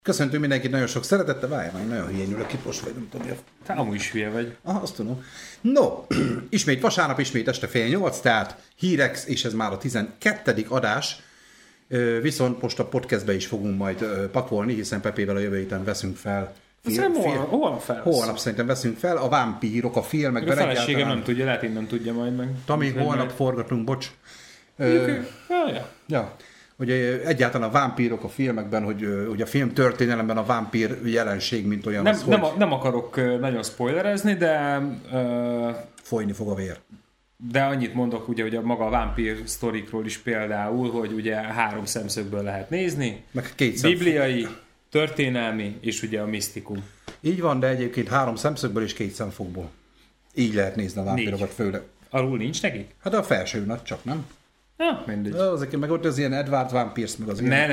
Köszöntünk mindenkit nagyon sok szeretettel, várjál, már nagyon hülyén ülök itt, most vagy, nem tudom, Te amúgy is hülye vagy. Aha, azt tudom. No, ismét vasárnap, ismét este 7:30, tehát hírek, és ez már a 12. adás, viszont most a podcastbe is fogunk majd pakolni, hiszen Pepével a jövő héten veszünk fel. Holnap szerintem veszünk fel a vámpírok, a filmekben. A feleségem nem tudja, lehet innen tudja majd meg. Tami, holnap forgatunk, bocs. Ja. Ugye egyáltalán a vámpírok a filmekben, hogy a film történelemben a vámpír jelenség, mint olyan nem akarok nagyon spoilerezni, de... folyni fog a vér. De annyit mondok, ugye, hogy maga a vámpír sztorikról is például, hogy ugye 3 szemszögből lehet nézni. Meg 2 bibliai, történelmi és ugye a misztikum. Így van, de egyébként 3 szemszögből és 2 szemfokból. Így lehet nézni a vámpírokat főleg. Alul nincs nekik? Hát a felső nagy csak, nem? Ja, mindegy. Azok, meg ott az ilyen Edward Van Pierce, meg az Ne.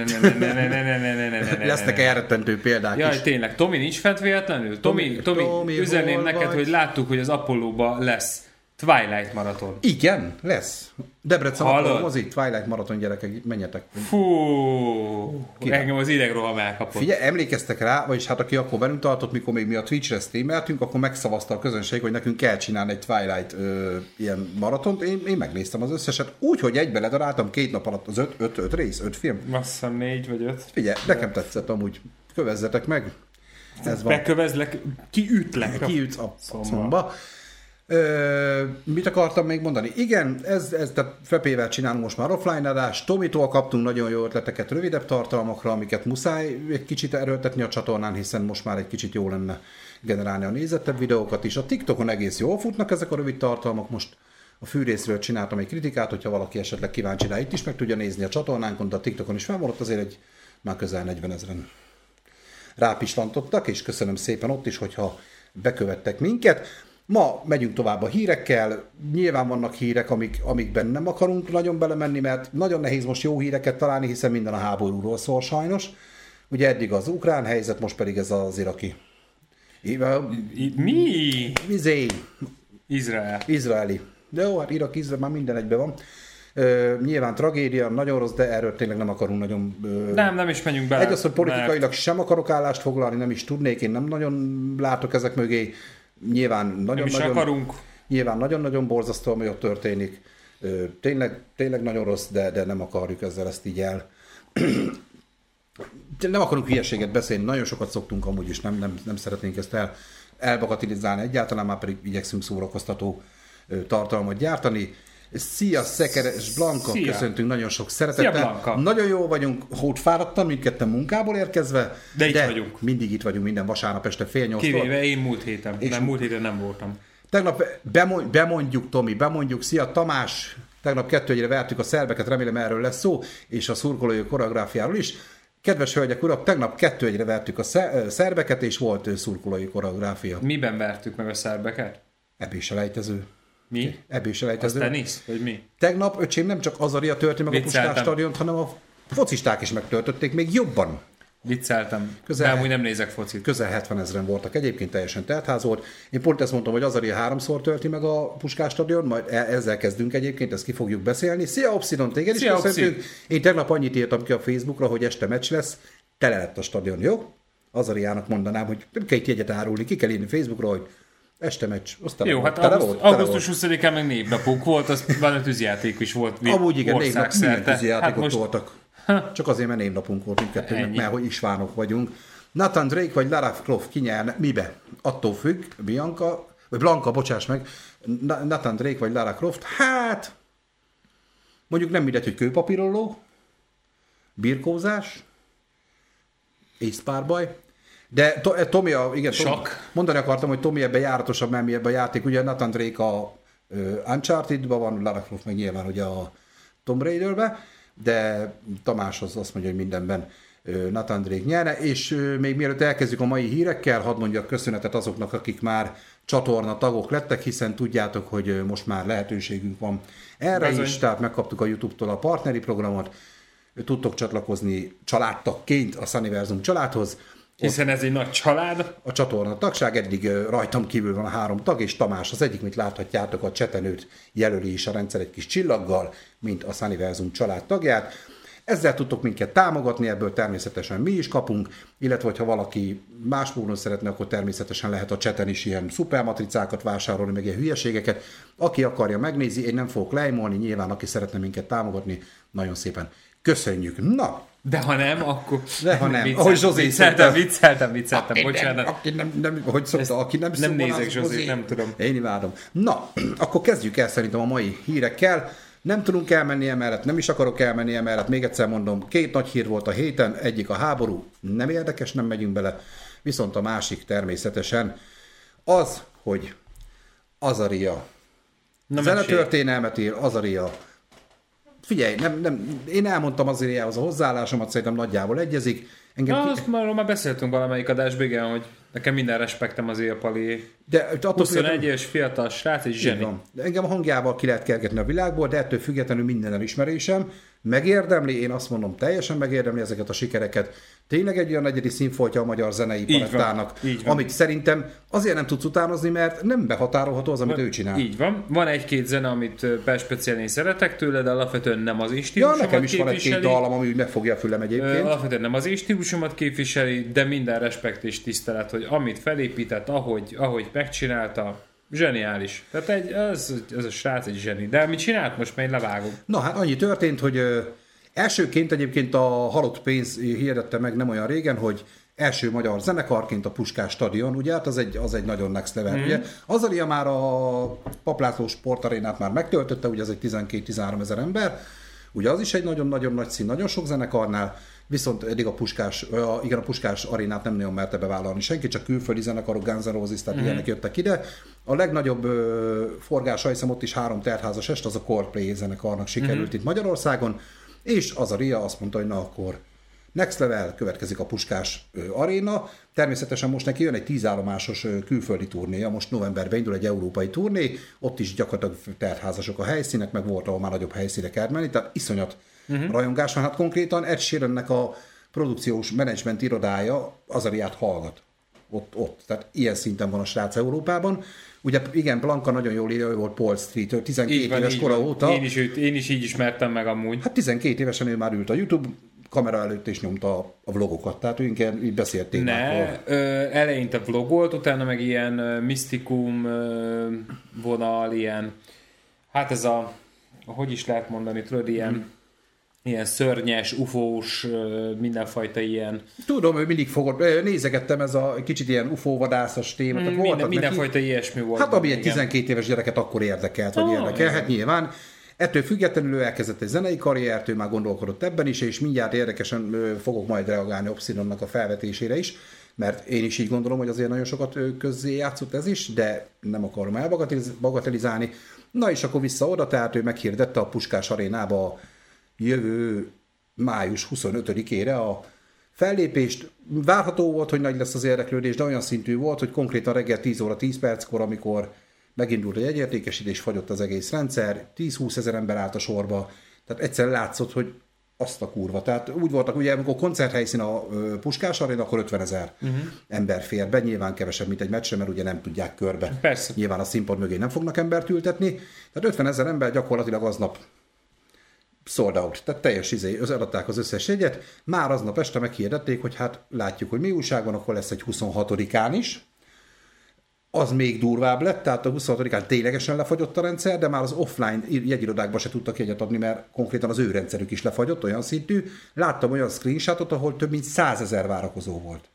lesznek elrettentő példák is. Jaj, tényleg, Tomi nincs fent véletlenül? Tomi üzenném neked, hogy láttuk, hogy az Apollóba lesz Twilight maraton. Igen, lesz. Debrecen Apollo mozi, Twilight maraton, gyerekek, menjetek. Fú, engem az idegroham elkapott. Figyelj, emlékeztek rá, vagyis hát aki akkor velünk tartott, mikor még mi a Twitch-re streameltünk, akkor megszavazta a közönség, hogy nekünk kell csinálni egy Twilight ilyen maratont. Én megnéztem az összeset, úgyhogy egybe ledaráltam 2 nap alatt az 5 rész, 5 film. Massza 4 vagy 5. Figyelj, nekem tetszett amúgy. Kövezzetek meg. Ez bekövezlek, kiütlek. Kiütsz a szomba. Mit akartam még mondani? Igen, ez tehát Fepével csinálunk most már offline adást. Tomitól kaptunk nagyon jó ötleteket rövidebb tartalmakra, amiket muszáj egy kicsit erőltetni a csatornán, hiszen most már egy kicsit jó lenne generálni a nézettebb videókat is. A TikTokon egész jól futnak ezek a rövid tartalmak. Most a fűrészről csináltam egy kritikát, hogyha valaki esetleg kíváncsi rá, itt is meg tudja nézni a csatornánkon, de a TikTokon is felmaradt azért egy már közel 40 000-en rápislantottak, és köszönöm szépen ott is, hogyha bekövettek minket. Ma megyünk tovább a hírekkel, nyilván vannak hírek, amikben nem akarunk nagyon belemenni, mert nagyon nehéz most jó híreket találni, hiszen minden a háborúról szól sajnos. Ugye eddig az ukrán helyzet, most pedig ez az iraki. Mi? Izraeli. De jó, hát Irak, Izrael, már minden egyben van. Nyilván tragédia, nagyon rossz, de erről tényleg nem akarunk nagyon... Nem is menjünk bele. Egyrészt, hogy politikailag sem akarok állást foglalni, nem is tudnék, én nem nagyon látok ezek mögé. Nyilván nagyon-nagyon borzasztó, ami ott történik. Tényleg nagyon rossz, de nem akarjuk ezzel ezt így el. Nem akarunk hülyeséget beszélni, nagyon sokat szoktunk amúgy is, nem szeretnénk ezt elbagatilizálni egyáltalán, már pedig igyekszünk szórakoztató tartalmat gyártani. Szia, Szekeres Blanka, szia. Köszöntünk nagyon sok szeretettel. Nagyon jó vagyunk, hódfáradtan, mindketten munkából érkezve. De itt vagyunk. Mindig itt vagyunk, minden vasárnap este 7:30. Kivéve én múlt héten. Múlt héten nem voltam. Tegnap bemondjuk, Tomi, bemondjuk. Szia, Tamás. Tegnap 2-1-re vertük a szerbeket, remélem erről lesz szó, és a szurkolói koreográfiáról is. Kedves hölgyek, urak, tegnap 2-1-re vertük a szerbeket, és volt szurkolói koreográfia. Miben vertük meg a szerbeket? Ebéselejtező. Mi? Ebéselejtező. Az tenisz? Vagy mi? Tegnap, öcsém, nem csak Azaria tölti meg a Puskás stadiont, hanem a focisták is megtöltötték még jobban. Vicceltem. De amúgy nem nézek focit. Közel 70 000 voltak, egyébként teljesen teltház volt. Én pont ezt mondtam, hogy Azaria 3-szor tölti meg a Puskás stadion, majd ezzel kezdünk egyébként, ezt ki fogjuk beszélni. Szia, Obsidon, téged is köszöntünk. Én tegnap annyit írtam ki a Facebookra, hogy este meccs lesz, tele lett a stadion, jó? Azariának mondanám, hogy nem kell itt jegyet árulni, ki kell írni Facebookra, hogy este meccs. Jó, hát augusztus 20-án meg névnapunk volt, az van tűzjáték is volt. Amúgy igen, milyen tűzjátékok voltak. Csak azért, mert névnapunk volt mindkettőnek, mert hogy isvánok vagyunk. Nathan Drake vagy Lara Croft kinyerne mibe? Attól függ, Blanka, bocsáss meg, Nathan Drake vagy Lara Croft, hát mondjuk nem mindegy, hogy kőpapírolló, birkózás, észpárbaj, de Tomi, igen, mondani akartam, hogy Tomi ebben járatosabb, mert mi ebben a játék, ugye Nathan Drake a Uncharted-ban van, Lara Croft meg nyilván ugye a Tomb Raider-ben, de Tamás az azt mondja, hogy mindenben Nathan Drake nyerne, és még mielőtt elkezdjük a mai hírekkel, hadd mondjak köszönetet azoknak, akik már csatorna tagok lettek, hiszen tudjátok, hogy most már lehetőségünk van erre is, tehát megkaptuk a YouTube-tól a partneri programot, tudtok csatlakozni családtagként a Sunnyversum családhoz. Hiszen ez egy nagy család. A csatorna tagság, eddig rajtam kívül van 3 tag, és Tamás az egyik, mint láthatjátok, a csetenőt jelöli is a rendszer egy kis csillaggal, mint a Sunnyversum család tagját. Ezzel tudtok minket támogatni, ebből természetesen mi is kapunk, illetve ha valaki más módon szeretne, akkor természetesen lehet a chaten is ilyen szupermatricákat vásárolni, meg ilyen hülyeségeket. Aki akarja, megnézi, én nem fogok lejmolni, nyilván aki szeretne minket támogatni, nagyon szépen köszönjük. Na! De ha nem, akkor... De ha nem, ahogy Zsozé vicceltem, bocsánat. Aki nem, hogy szokta, aki nem szól, nézek Zsozé, nem tudom. Én imádom. Na, akkor kezdjük el szerintem a mai hírekkel. Nem tudunk elmenni emellett, nem is akarok elmenni emellett. Még egyszer mondom, 2 nagy hír volt a héten, egyik a háború, nem érdekes, nem megyünk bele. Viszont a másik természetesen az, hogy Azaria. Zenetörténelmet ír, Azaria. Figyelj, én elmondtam Azariához a hozzáállásomat, szerintem nagyjából egyezik. Azt már beszéltünk valamelyik adásban, igen, hogy nekem minden respektem az Pali. 21 éves fiatal srác, egy zseni. Engem a hangjával ki lehet kergetni a világból, de ettől függetlenül minden elismerésem. Megérdemli, én azt mondom, teljesen megérdemli ezeket a sikereket. Tényleg egy olyan negyedi színfoltja a magyar zenei palettának, amit szerintem azért nem tudsz utánozni, mert nem behatárolható az, amit ő csinál. Így van. Van egy-két zene, amit speciálni szeretek tőle, de alapvetően nem az én stílusomat nekem is képviseli. Van egy-két dallam, ami úgy megfogja a fülem egyébként. Alapvetően nem az én stílusomat képviseli, de minden respekt és tisztelet, hogy amit felépített, ahogy megcsinálta, zseniális. Tehát ez a srác egy zseni. De mit csinált most, mert én levágom? Na hát annyi történt, hogy elsőként egyébként a Halott Pénz hirdette meg nem olyan régen, hogy első magyar zenekarként a Puskás Stadion, ugye, hát az egy nagyon next level, ugye. Azaria már a Paplászló Sportarénát már megtöltötte, ugye az egy 12-13 ezer ember, ugye az is egy nagyon-nagyon nagy szín, nagyon sok zenekarnál, viszont eddig a Puskás arénát nem nagyon merte bevállalni senki, csak külföldi zenekarok, Guns N' Roses, tehát ilyenek jöttek ide. A legnagyobb forgása, hiszem ott is 3 tertházas est, az a Coldplay zenekarnak sikerült itt Magyarországon, és Azaria azt mondta, hogy na akkor next level, következik a Puskás aréna. Természetesen most neki jön egy 10 állomásos külföldi turnéja, most novemberben indul egy európai turné, ott is gyakorlatilag tertházasok a helyszínek, meg volt, ahol már nagyobb helyszínek elmenni, tehát iszonyat rajongás van. Hát konkrétan Ed Sheerannek a produkciós menedzsment irodája Azariát hallgat. Ott. Tehát ilyen szinten van a srác Európában. Ugye igen, Blanka nagyon jól írja, ő volt Paul Street, 12 éves kora óta. Én is így ismertem meg amúgy. Hát 12 évesen ő már ült a YouTube kamera előtt és nyomta a vlogokat, tehát ő inkább így beszélt témákról. Eleinte vlogolt, utána meg ilyen misztikum vonal, ilyen, hát ez hogy is lehet mondani, tudod, ilyen szörnyes, ufós, mindenfajta ilyen... Tudom, ő mindig fogott, nézegettem ez a kicsit ilyen ufóvadászas témát. Mindenfajta ilyesmi volt. Hát ami egy 12 éves gyereket akkor érdekelt, vagy érdekelhet nyilván. Ettől függetlenül ő elkezdett egy zenei karriert, ő már gondolkodott ebben is, és mindjárt érdekesen fogok majd reagálni Obszidonnak a felvetésére is, mert én is így gondolom, hogy azért nagyon sokat közzé játszott ez is, de nem akarom elbagatelizálni. Na és akkor vissza oda, tehát ő meghirdette a Puskás arénába jövő május 25-ére a fellépést. Várható volt, hogy nagy lesz az érdeklődés, de olyan szintű volt, hogy konkrétan reggel 10 óra 10 perckor, amikor megindult a jegyértékesítés, fagyott az egész rendszer, 10-20 ezer ember állt a sorba, tehát egyszerűen látszott, hogy azt a kurva. Tehát úgy voltak, ugye amikor koncerthelyszín a Puskás aréna, akkor 50 000 ember fér be, nyilván kevesebb, mint egy meccsre, mert ugye nem tudják körbe. Persze. Nyilván a színpad mögé nem fognak embert ültetni, tehát 50 000 ember gyakorlatilag aznap sold out, tehát teljes eladták az összes jegyet. Már aznap este meghirdették, hogy hát látjuk, hogy mi újság van, akkor lesz egy 26-án is. Az még durvább lett, tehát a 26-án ténylegesen lefagyott a rendszer, de már az offline jegyirodákba se tudtak jegyet adni, mert konkrétan az ő rendszerük is lefagyott, olyan szintű. Láttam olyan screenshotot, ahol több mint 100 000 várakozó volt.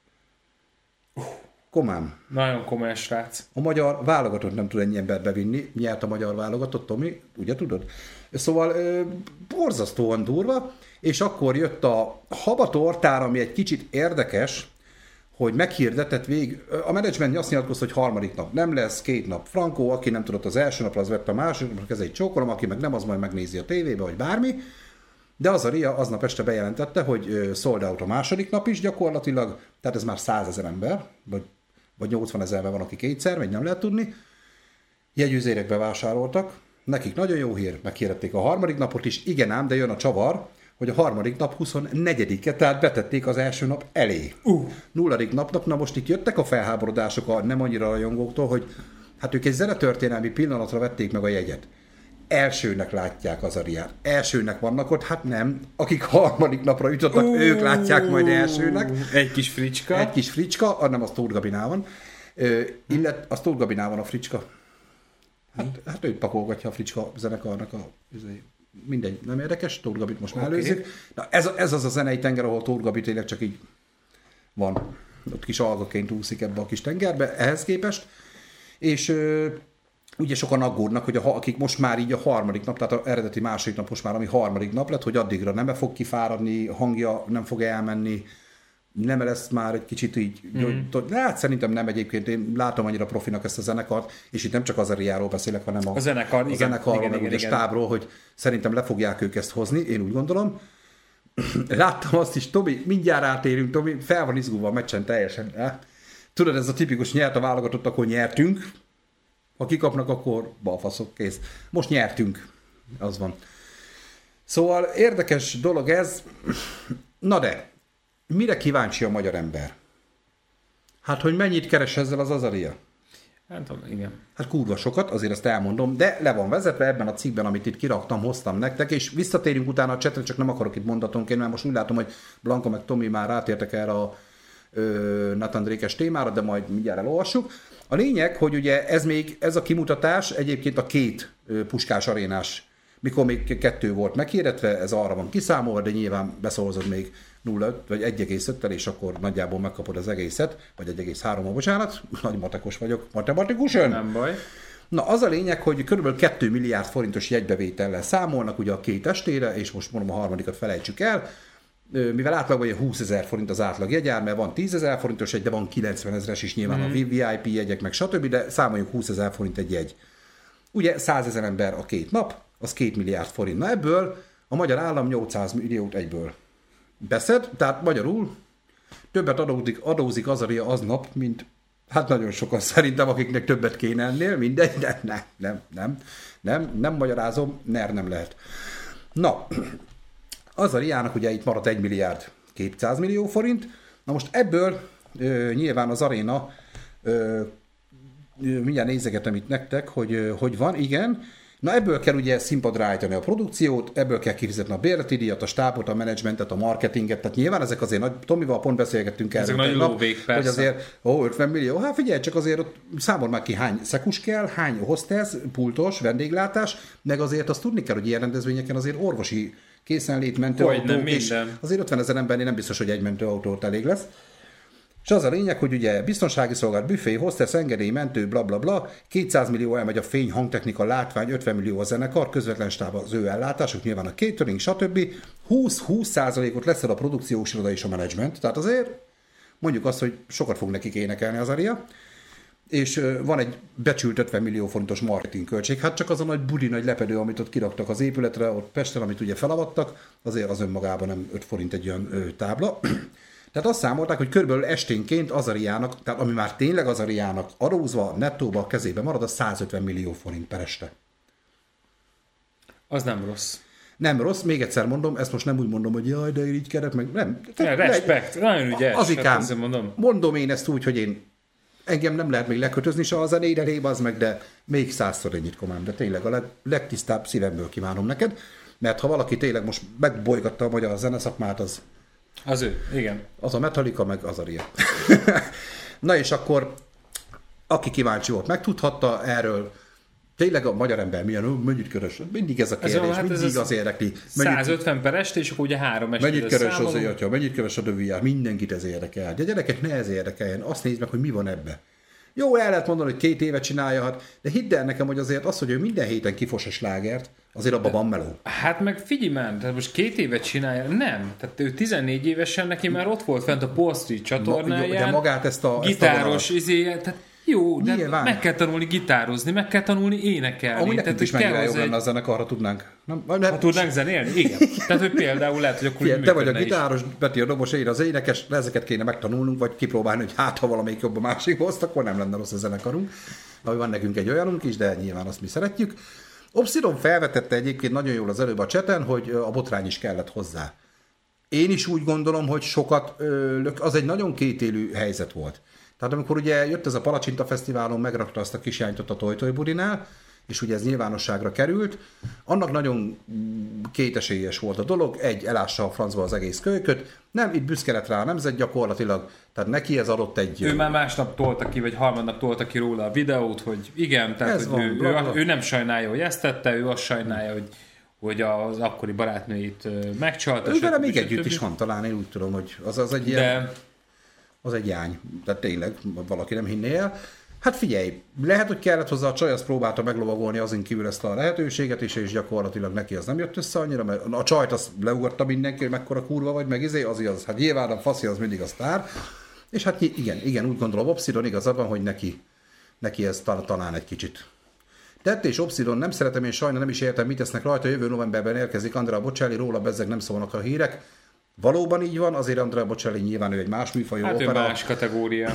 Komám. Nagyon komoly srác. A magyar válogatott nem tud ennyi embert bevinni. Nyert a magyar válogatott, Tomi, ugye tudod? Szóval borzasztóan durva, és akkor jött a habatortár, ami egy kicsit érdekes, hogy meghirdetett a menedzsment azt nyilatkozta, hogy harmadik nap nem lesz, 2 nap frankó, aki nem tudott az első napra, az vette a második napra, ez egy csókolom, aki meg nem, az majd megnézi a tévébe, vagy bármi. De Azaria aznap este bejelentette, hogy sold out a második nap is gyakorlatilag, tehát ez már 100 000 ember, vagy 80 000 van, aki kétszer, vagy nem lehet tudni. Jegyüzérek bevásároltak, nekik nagyon jó hír, meghirdették a harmadik napot is, igen ám, de jön a csavar, hogy a harmadik nap 24-e, tehát betették az első nap elé. Nulladik napnak, na most itt jöttek a felháborodások a nem annyira rajongóktól, hogy hát ők egy zenetörténelmi pillanatra vették meg a jegyet. elsőnek látják az Ariát. Elsőnek vannak ott, hát nem. Akik harmadik napra jutottak, ők látják majd elsőnek. Egy kis fricska. Egy kis fricska, nem, az Tóth Gabinál van. Az Tóth Gabinál van a fricska. Hát őt pakolgatja a fricska zenekarnak a... Mindegy, nem érdekes, Tóth Gabit most már előzzük. Na, ez az a zenei tenger, ahol Tóth Gabi tényleg csak így van. Ott kis algaként úszik ebbe a kis tengerbe, ehhez képest. És ugye sokan aggódnak, hogy akik most már így a harmadik nap, tehát az eredeti második nap most már, ami harmadik nap lett, hogy addigra nem fog kifáradni, hangja nem fog elmenni, nem lesz már egy kicsit így, hát szerintem nem egyébként, én látom annyira profinak ezt a zenekart, és itt nem csak az Ariáról beszélek, hanem a zenekarról, meg a stábról, hogy szerintem le fogják ők ezt hozni, én úgy gondolom. Láttam azt is, Tomi, mindjárt átérünk, Tomi, fel van izgulva a meccsen teljesen. Tudod, ez a tipikus nyert a válogatott, akkor nyertünk, ha kikapnak, akkor balfaszok, kész. Most nyertünk, az van. Szóval érdekes dolog ez, na de, mire kíváncsi a magyar ember? Hát, hogy mennyit keres ezzel az Azaria? Hát, igen. Hát kurva sokat, azért ezt elmondom, de le van vezetve ebben a cikkben, amit itt kiraktam, hoztam nektek, és visszatérünk utána a csetre, csak nem akarok itt mondatonként, mert most úgy látom, hogy Blanka meg Tomi már rátértek erre a Nathan Drake-es témára, de majd mindjárt elolvassuk. A lényeg, hogy ugye ez a kimutatás egyébként a 2 Puskás arénás, mikor még 2 volt meghirdetve, ez arra van kiszámolva, de nyilván beszorozod még 0,5 vagy 1,5-tel, és akkor nagyjából megkapod az egészet, vagy 1,3-mal, bocsánat, nagy matekos vagyok, matematikusön. Nem baj. Na, az a lényeg, hogy kb. 2 milliárd forintos jegybevétellel számolnak ugye a 2 estére, és most mondom a harmadikat felejtsük el, mivel átlagban 20 000 forint az átlag jegyár, mert van 10 000 forintos jegy, de van 90 000-es is nyilván a VIP jegyek, meg stb., de számoljuk 20 000 forint egy jegy. Ugye 100 000 ember a 2 nap, az 2 milliárd forint. Na ebből a magyar állam 800 milliót egyből beszed, tehát magyarul többet adózik az Aria aznap, mint hát nagyon sokan szerintem, akiknek többet kéne ennél, mindegy, de nem magyarázom, nem lehet. Na, az Ariának ugye itt maradt 1 milliárd 200 millió forint, na most ebből nyilván az Aréna, mindjárt nézegetem itt nektek, hogy van, igen, na ebből kell ugye színpadra állítani a produkciót, ebből kell kifizetni a bérleti díjat, a stábot, a menedzsmentet, a marketinget, tehát nyilván ezek azért nagy, Tomival pont beszélgettünk erről. Ezek nagy lóvék, persze. Hogy azért, 50 millió, hát figyelj, csak azért ott számol már ki hány szekus kell, hány hostess, pultos, vendéglátás, meg azért azt tudni kell, hogy ilyen rendezvényeken azért orvosi készenlét, mentőautók, és azért 50 000 embernél nem biztos, hogy egy mentőautót elég lesz. És az a lényeg, hogy ugye biztonsági szolgálat, büfé, hostess, engedély, mentő, blablabla, bla, bla, 200 millió elmegy a fény, hangtechnika, látvány, 50 millió a zenekar, közvetlen stáb az ő ellátások, nyilván a catering, stb. 20%-ot lesz a produkciós iroda és a menedzsment, tehát azért mondjuk azt, hogy sokat fog nekik énekelni az Aria, és van egy becsült 50 millió forintos marketing költség, hát csak az a nagy budi, nagy lepedő, amit ott kiraktak az épületre, ott Pesten, amit ugye felavattak, azért az önmagában nem 5 forint egy olyan tábla. Tehát azt számolták, hogy körülbelül esténként az Ariának, tehát ami már tényleg az Ariának adózva, nettóba a kezébe marad, az 150 millió forint per este. Az nem rossz. Nem rossz, még egyszer mondom, ezt most nem úgy mondom, hogy jaj, de én így kerek, meg nem. Respekt, nagyon ügyes. Azikám, mondom én ezt úgy, hogy engem nem lehet még lekötözni se a zenére, az meg, de még 100-szor ennyit komám, de tényleg a legtisztább szívemből kívánom neked, mert ha valaki tényleg most megbolygatta a magyar zeneszakmát, az ő, igen. Az a Metallica, meg az Aria. Na és akkor, aki kíváncsi volt, megtudhatta erről, tényleg a magyar ember mennyit keres? Mindig ez a kérdés, hát mindig az érdekli. 150 per este, és akkor ugye 3 estére mennyit keres az atya, mennyit keres a döviár, mindenkit ez érdekel. De gyerekek, ne ez érdekeljen, azt nézd meg, hogy mi van ebbe. Jó, el lehet mondani, hogy 2 évet csinálja, de hidd el nekem, hogy azért az, hogy ő minden héten kifos a slágert, azért abban van meló. Hát meg figyelj már, tehát most 2 évet csinálja, nem. Tehát ő 14 évesen neki már ott volt fent a Paul Street csatornáján. De magát ezt a gitáros tehát jó, de nyilván. Meg kell tanulni gitározni, meg kell tanulni énekelni. Ami nekünk is mennyire jobb lenne a zenekarra tudnánk. Ha tudnánk zenélni? Igen. Tehát, hogy például lehet, hogy akkor igen, te vagy a gitáros, Peti a dobos, én az énekes, ezeket kéne megtanulnunk, vagy kipróbálni, hogy hát ha valamelyik jobb a másikhoz, akkor nem lenne rossz a zenekarunk. Ahogy van nekünk egy olyanunk is, de nyilván azt mi szeretjük. Obsidon felvetette egyébként nagyon jól az előbb a cseten, hogy a botrány is kellett hozzá. Én is úgy gondolom, hogy sokat, az egy nagyon kétélű helyzet volt. Tehát amikor ugye jött ez a Palacsinta Fesztiválon, megrakta azt a kis jántot a Toj Toj Budinál, és ugye ez nyilvánosságra került, annak nagyon kétesélyes volt a dolog, elássa a francba az egész kölyköt, nem, itt büszke lett rá a nemzet gyakorlatilag, tehát neki ez adott egy... Ő már másnap tolta ki, vagy harmadnap tolta ki róla a videót, hogy igen, tehát hogy ő nem sajnálja, hogy ezt tette, ő azt sajnálja, hogy az akkori barátnőjét megcsalta. Ő vele még együtt is van, talán én úgy tudom, hogy az egy ilyen... Az egy jány, tehát tényleg valaki nem hinné el. Hát figyelj, lehet, hogy kellett hozzá a csaj, azt próbálta meglovagolni azon kívül ezt a lehetőséget is, és gyakorlatilag neki az nem jött össze annyira, mert a csajt azt leugatta mindenki, hogy mekkora kurva vagy, meg az, hát nyilván a faszi az mindig a sztár, és hát igen, úgy gondolom, Obsidon igazad van, hogy neki ez talán egy kicsit. Tett és Obsidon nem szeretem, én sajnálom, nem is értem, mit tesznek rajta, jövő novemberben érkezik Andrea Bocelli, róla bezzeg nem szólnak a hírek. Valóban így van, azért Andrea Bocelli nyilván ő egy más műfajú opera. Más kategória.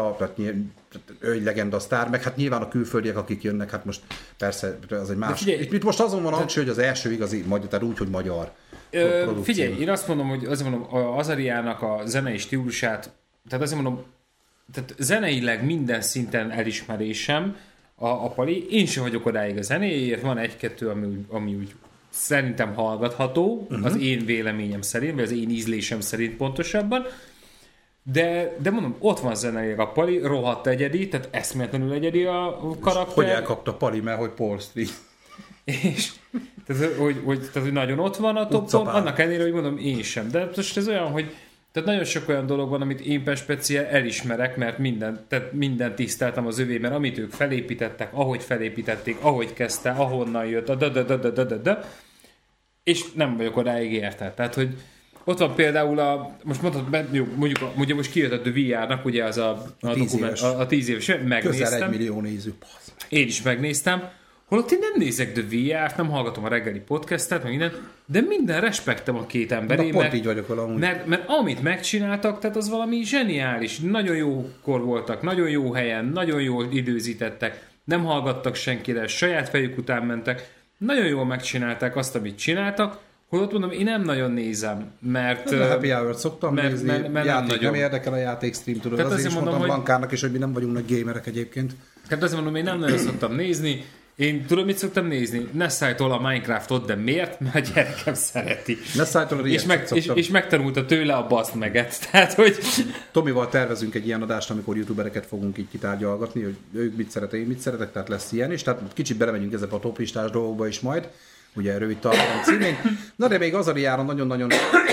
Itt most azon van a hangsúly, hogy az első igazi, tehát úgy, hogy magyar produkció. Figyelj, én azt mondom, hogy Azariának a zenei stílusát, tehát azért mondom, tehát zeneileg minden szinten elismerésem a Pali. Én sem vagyok odáig a zenéért, van egy-kettő, ami úgy szerintem hallgatható, az én véleményem szerint, vagy az én ízlésem szerint pontosabban, de mondom, ott van zeneileg a Pali, rohadt egyedi, tehát eszméletlenül egyedi a karakter. Hogy elkapta Pali, mert hogy Paul Street. És tehát, hogy nagyon ott van a topon, annak ellenére, hogy mondom, én sem. De most ez olyan, hogy tehát nagyon sok olyan dolog van, amit én speciál elismerek, mert mindent tiszteltem az övében, amit ők felépítettek, ahogy felépítették, ahogy kezdte, ahonnan jött, és nem vagyok odáig érte. Tehát, hogy ott van például most mondjuk most kijött a The VR-nak, ugye az a 10 éves, megnéztem. Közel 1 millió néző. Én is megnéztem. Holott én nem nézek The VR-t, nem hallgatom a reggeli podcastet, meg mindent, de minden respektem a két emberé, pont így vagyok valamúgy. Mert amit megcsináltak, tehát az valami zseniális. Nagyon jókor voltak, nagyon jó helyen, nagyon jól időzítettek, nem hallgattak senkire, saját fejük után mentek, nagyon jól megcsinálták azt, amit csináltak, holott mondom, én nem nagyon nézem, mert... A Happy Hour-t szoktam nézni, nem érdekel a játékstream, tudod, azért is mondtam Blankának is, hogy mi nem vagyunk nagy gamerek egyébként. Tehát azért mondom, én nem nagyon szoktam nézni. Én tudom, mit szoktam nézni? Nessájtól a Minecraftot, de miért? Mert a gyerekem szereti. Nessájtól a és megtanulta tőle a baszt meget. Tehát, hogy... Tomival tervezünk egy ilyen adást, amikor youtubereket fogunk így kitárgyalgatni, hogy ők mit szeretek, én mit szeretek, tehát lesz ilyen is. Tehát kicsit belemegyünk ezekbe a toplistás dolgokba is majd. Ugye rövid tartalom címén. Na de még Azariára nagyon-nagyon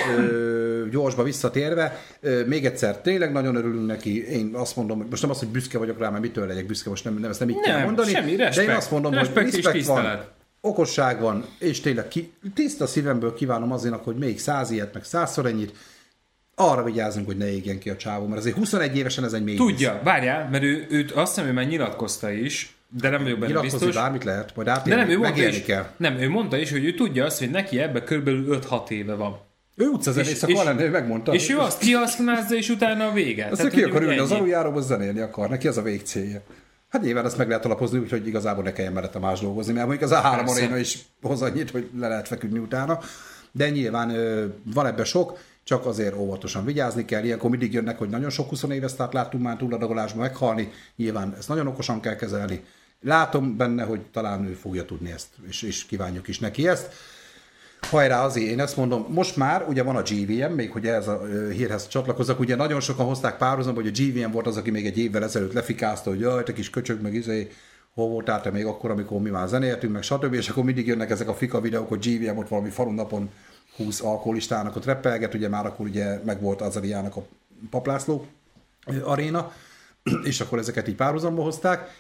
gyorsba visszatérve, még egyszer tényleg nagyon örülünk neki. Én azt mondom, most nem az, hogy büszke vagyok rá, mert mitől legyek büszke, most nem ezt nem így kell mondani. Semmi, respekt, de én azt mondom, hogy respekt van, okosság van, és tényleg tiszta szívemből kívánom azénak, hogy még 100 ilyet, meg 100-szor ennyit. Arra vigyázzunk, hogy ne égjen ki a csávó, mert azért 21 évesen ez egy mély. Tudja, várjál, mert őt azt hiszem, ő már nyilatkozta is, de nem vagyok benne biztos. Bármit lehet, majd átélni, megélni kell. Nem, ő mondta is, hogy ő tudja azt, hogy neki ebben körülbelül 5-6 éve van. Ő utcazenész akar lenni, ő megmondta. És ő azt kihasználza, és utána a vége. Azt ki akar ülni az aluljáróba, zenélni akar, neki az a végcélja. Hát nyilván ezt meg lehet alapozni, úgyhogy igazából ne kelljen mellette más dolgozni, mert mondjuk az A3 aréna is hoz annyit, hogy le lehet feküdni utána. De nyilván van ebben sok, csak azért óvatosan vigyázni kell. Ilyenkor mindig jönnek, hogy nagyon sok 20 éves sztárt láttunk már túladagolásban meghalni. Nyilván ezt nagyon okosan kell kezelni. Látom benne, hogy talán ő fogja tudni ezt, és kívánjuk is neki ezt. Hajrá, azért én ezt mondom, most már ugye van a GVM, még hogy ehhez a hírhez csatlakozzak, ugye nagyon sokan hozták párhuzamba, hogy a GVM volt az, aki még egy évvel ezelőtt lefikázta, hogy jaj, te kis köcsög, meg hol voltál te még akkor, amikor mi már zenéltünk, meg stb. És akkor mindig jönnek ezek a fika videók, hogy GVM ott valami falunapon 20 alkoholistának ott reppelget, ugye már akkor ugye meg volt Azariának a Paplászló aréna, és akkor ezeket így párhuzamba hozták.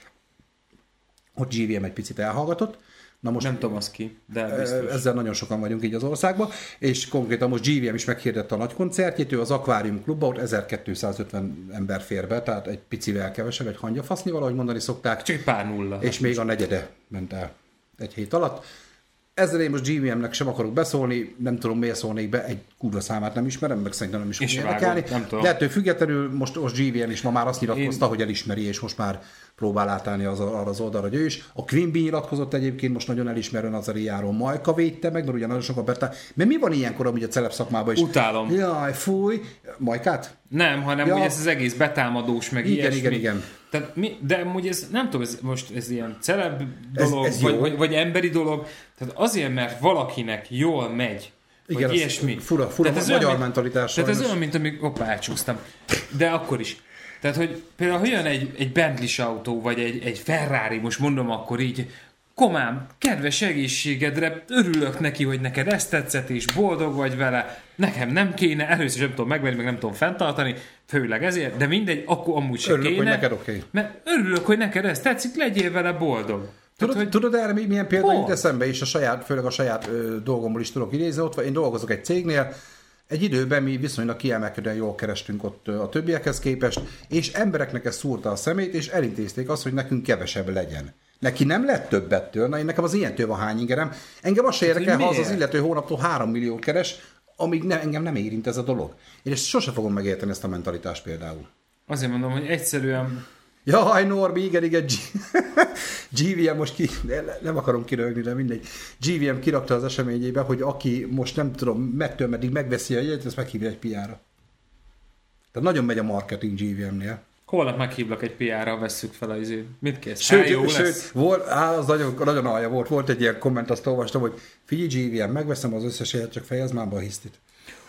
Ott GVM egy picit elhallgatott. Na most nem tudom az ki, de biztos. Ezzel nagyon sokan vagyunk így az országban, és konkrétan most GVM is meghirdette a nagy koncertjét, ő az Aquarium Klubba, ott 1250 ember fér be, tehát egy picivel kevesebb, egy hangyafaszni, valahogy mondani szokták. Csak egy pár nulla. És még a negyede ment el egy hét alatt. Ezzel én most GVM-nek sem akarok beszólni, nem tudom miért szólnék be, egy kurva számát nem ismerem, meg szerintem nem is fog érdekelni. De ettől függetlenül most GVM is ma már azt nyilatkozta, hogy elismeri, és most már próbál átállni arra az oldalra, hogy ő is. A Queen Bee nyilatkozott egyébként most nagyon elismerően Azariáról. Majka védte meg, mert ugye nagyon sokan mert mi van ilyenkor, amúgy a celeb szakmában is? Utálom. Jaj, fúj. Majkát? Nem, hanem hogy ez az egész betámadós, meg igen. De amúgy ez, nem tudom, ez ilyen celeb dolog, vagy emberi dolog, tehát azért, mert valakinek jól megy, igen, vagy ilyesmi. Fura magyar mentalitás. Tehát ez olyan, mint amíg, elcsúsztam. De akkor is. Tehát, hogy például, ha jön egy Bentley-s autó, vagy egy Ferrari, most mondom akkor így, komám, kedves egészségedre, örülök neki, hogy neked ezt tetszett, és boldog vagy vele, nekem nem kéne, először nem tudom megvenni, meg nem tudom fenntartani, főleg ezért, de mindegy, akkor amúgy se örülök, kéne. Hogy neked okay. Mert örülök, hogy neked ez tetszik, legyél vele boldog. Tudod erre milyen példa jut eszembe, és főleg a saját dolgomból is tudok idézni, ott én dolgozok egy cégnél, egy időben mi viszonylag kiemelkedően jól kerestünk ott a többiekhez képest, és embereknek ez szúrta a szemét, és elintézték azt, hogy nekünk kevesebb legyen. Neki nem lett többettől, nekem az ilyentől van hány ingerem. Engem azt se érdekel, ha az illető hónaptól 3 millió keres, amíg engem nem érint ez a dolog. Én ezt sose fogom megérteni, ezt a mentalitást például. Azért mondom, hogy egyszerűen... Jaj, Norbi, igen. GVM most nem akarom kirögni, de mindegy. GVM kirakta az eseményébe, hogy aki most nem tudom, mettől meddig megveszi a jegyet, ezt meghívja egy PR-ra. Tehát nagyon megy a marketing GVM-nél. Holnap meghívlak egy PR-ra, vesszük fel az izét. Mit kész? Sőt, az nagyon alja volt egy ilyen komment, azt olvastam, hogy figyelj GVM, megveszem az összes jegyet, csak fejezd már be a hisztit.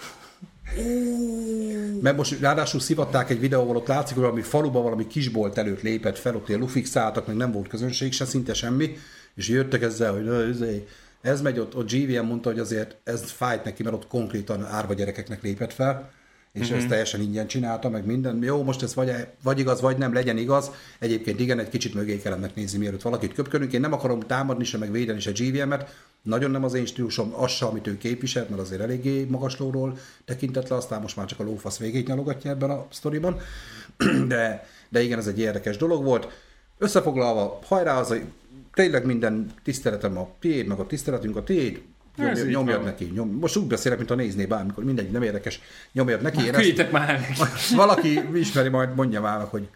Mert most ráadásul szivatták egy videóval, ott látszik, hogy valami faluban valami kisbolt előtt lépett fel, ott ilyen lufixáltak, meg nem volt közönség se, szinte semmi, és jöttek ezzel, hogy ez megy, ott GVM mondta, hogy azért ez fájt neki, mert ott konkrétan árva gyerekeknek lépett fel, és ezt teljesen ingyen csinálta, meg minden. Jó, most ez vagy igaz, vagy nem, legyen igaz. Egyébként igen, egy kicsit mögé kellene megnézni, mielőtt valakit köpködünk. Én nem akarom támadni se, meg védeni se GVM-et. Nagyon nem az én stílusom, az se, amit ő képviselt, mert azért eléggé magaslóról tekintett le, aztán most már csak a lófasz végét nyalogatja ebben a sztoriban. De igen, ez egy érdekes dolog volt. Összefoglalva, hajrá, az tényleg minden tiszteletem a tiéd, meg a tiszteletünk a tiéd. Nyomjad neki. Most úgy beszélek, mint a nézné bármikor, mindegy, nem érdekes. Nyomjad neki. Küldjetek már. Valaki ismeri, majd mondja már, hogy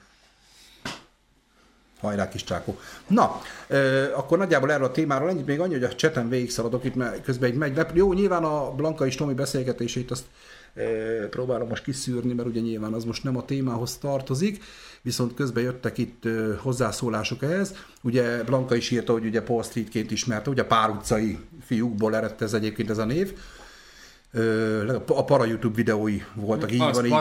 hajrá kis csákó. Na, akkor nagyjából erről a témáról ennyit, még annyi, hogy a chaten végigszaladok itt, mert közben egy megy. Jó, nyilván a Blanka és Tomi beszélgetését azt próbálom most kiszűrni, mert ugye nyilván az most nem a témához tartozik, viszont közben jöttek itt hozzászólások ehhez. Ugye Blanka is írta, hogy ugye Paul Streetként ismerte, ugye a Pár utcai fiúkból eredt ez egyébként ez a név. A para YouTube videói voltak, így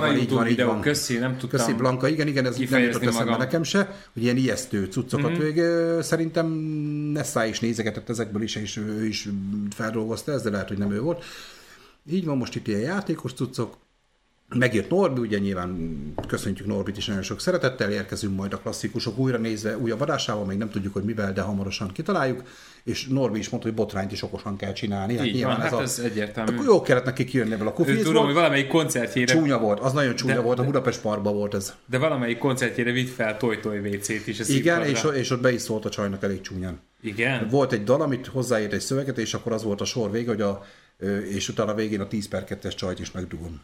van. Köszi, nem tudtam. Köszi Blanka, igen, ez nem jutott eszembe nekem se, hogy ilyen ijesztő cuccokat. Szerintem Nessá is nézegetett ezekből is, és ő is feldolgozta ezt, de lehet, hogy nem ő volt. Így van, most itt ilyen játékos cuccok. Megjött Norbi, ugye nyilván köszöntjük Norbit is nagyon sok szeretettel, érkezünk majd a klasszikusok újra nézve újabb adásával, még nem tudjuk, hogy mivel, de hamarosan kitaláljuk, és Norbi is mondta, hogy botrányt is okosan kell csinálni. Hát így van, ez egyértelmű. Akkor jó kellett neki kijönni ebből a kufizból. Tudom, hogy valamelyik koncertjére... Csúnya volt, az nagyon csúnya volt, a Budapest Parkban volt ez. De valamelyik koncertjére vitt fel Toj WC-t is. Igen, és ott be is szólt a csajnak elég csúnyán. Igen? Volt egy dal, amit hozzáírt egy szöveget, és akkor az volt a sor vége, hogy és utána végén a 10/2-es csajt is megdugom.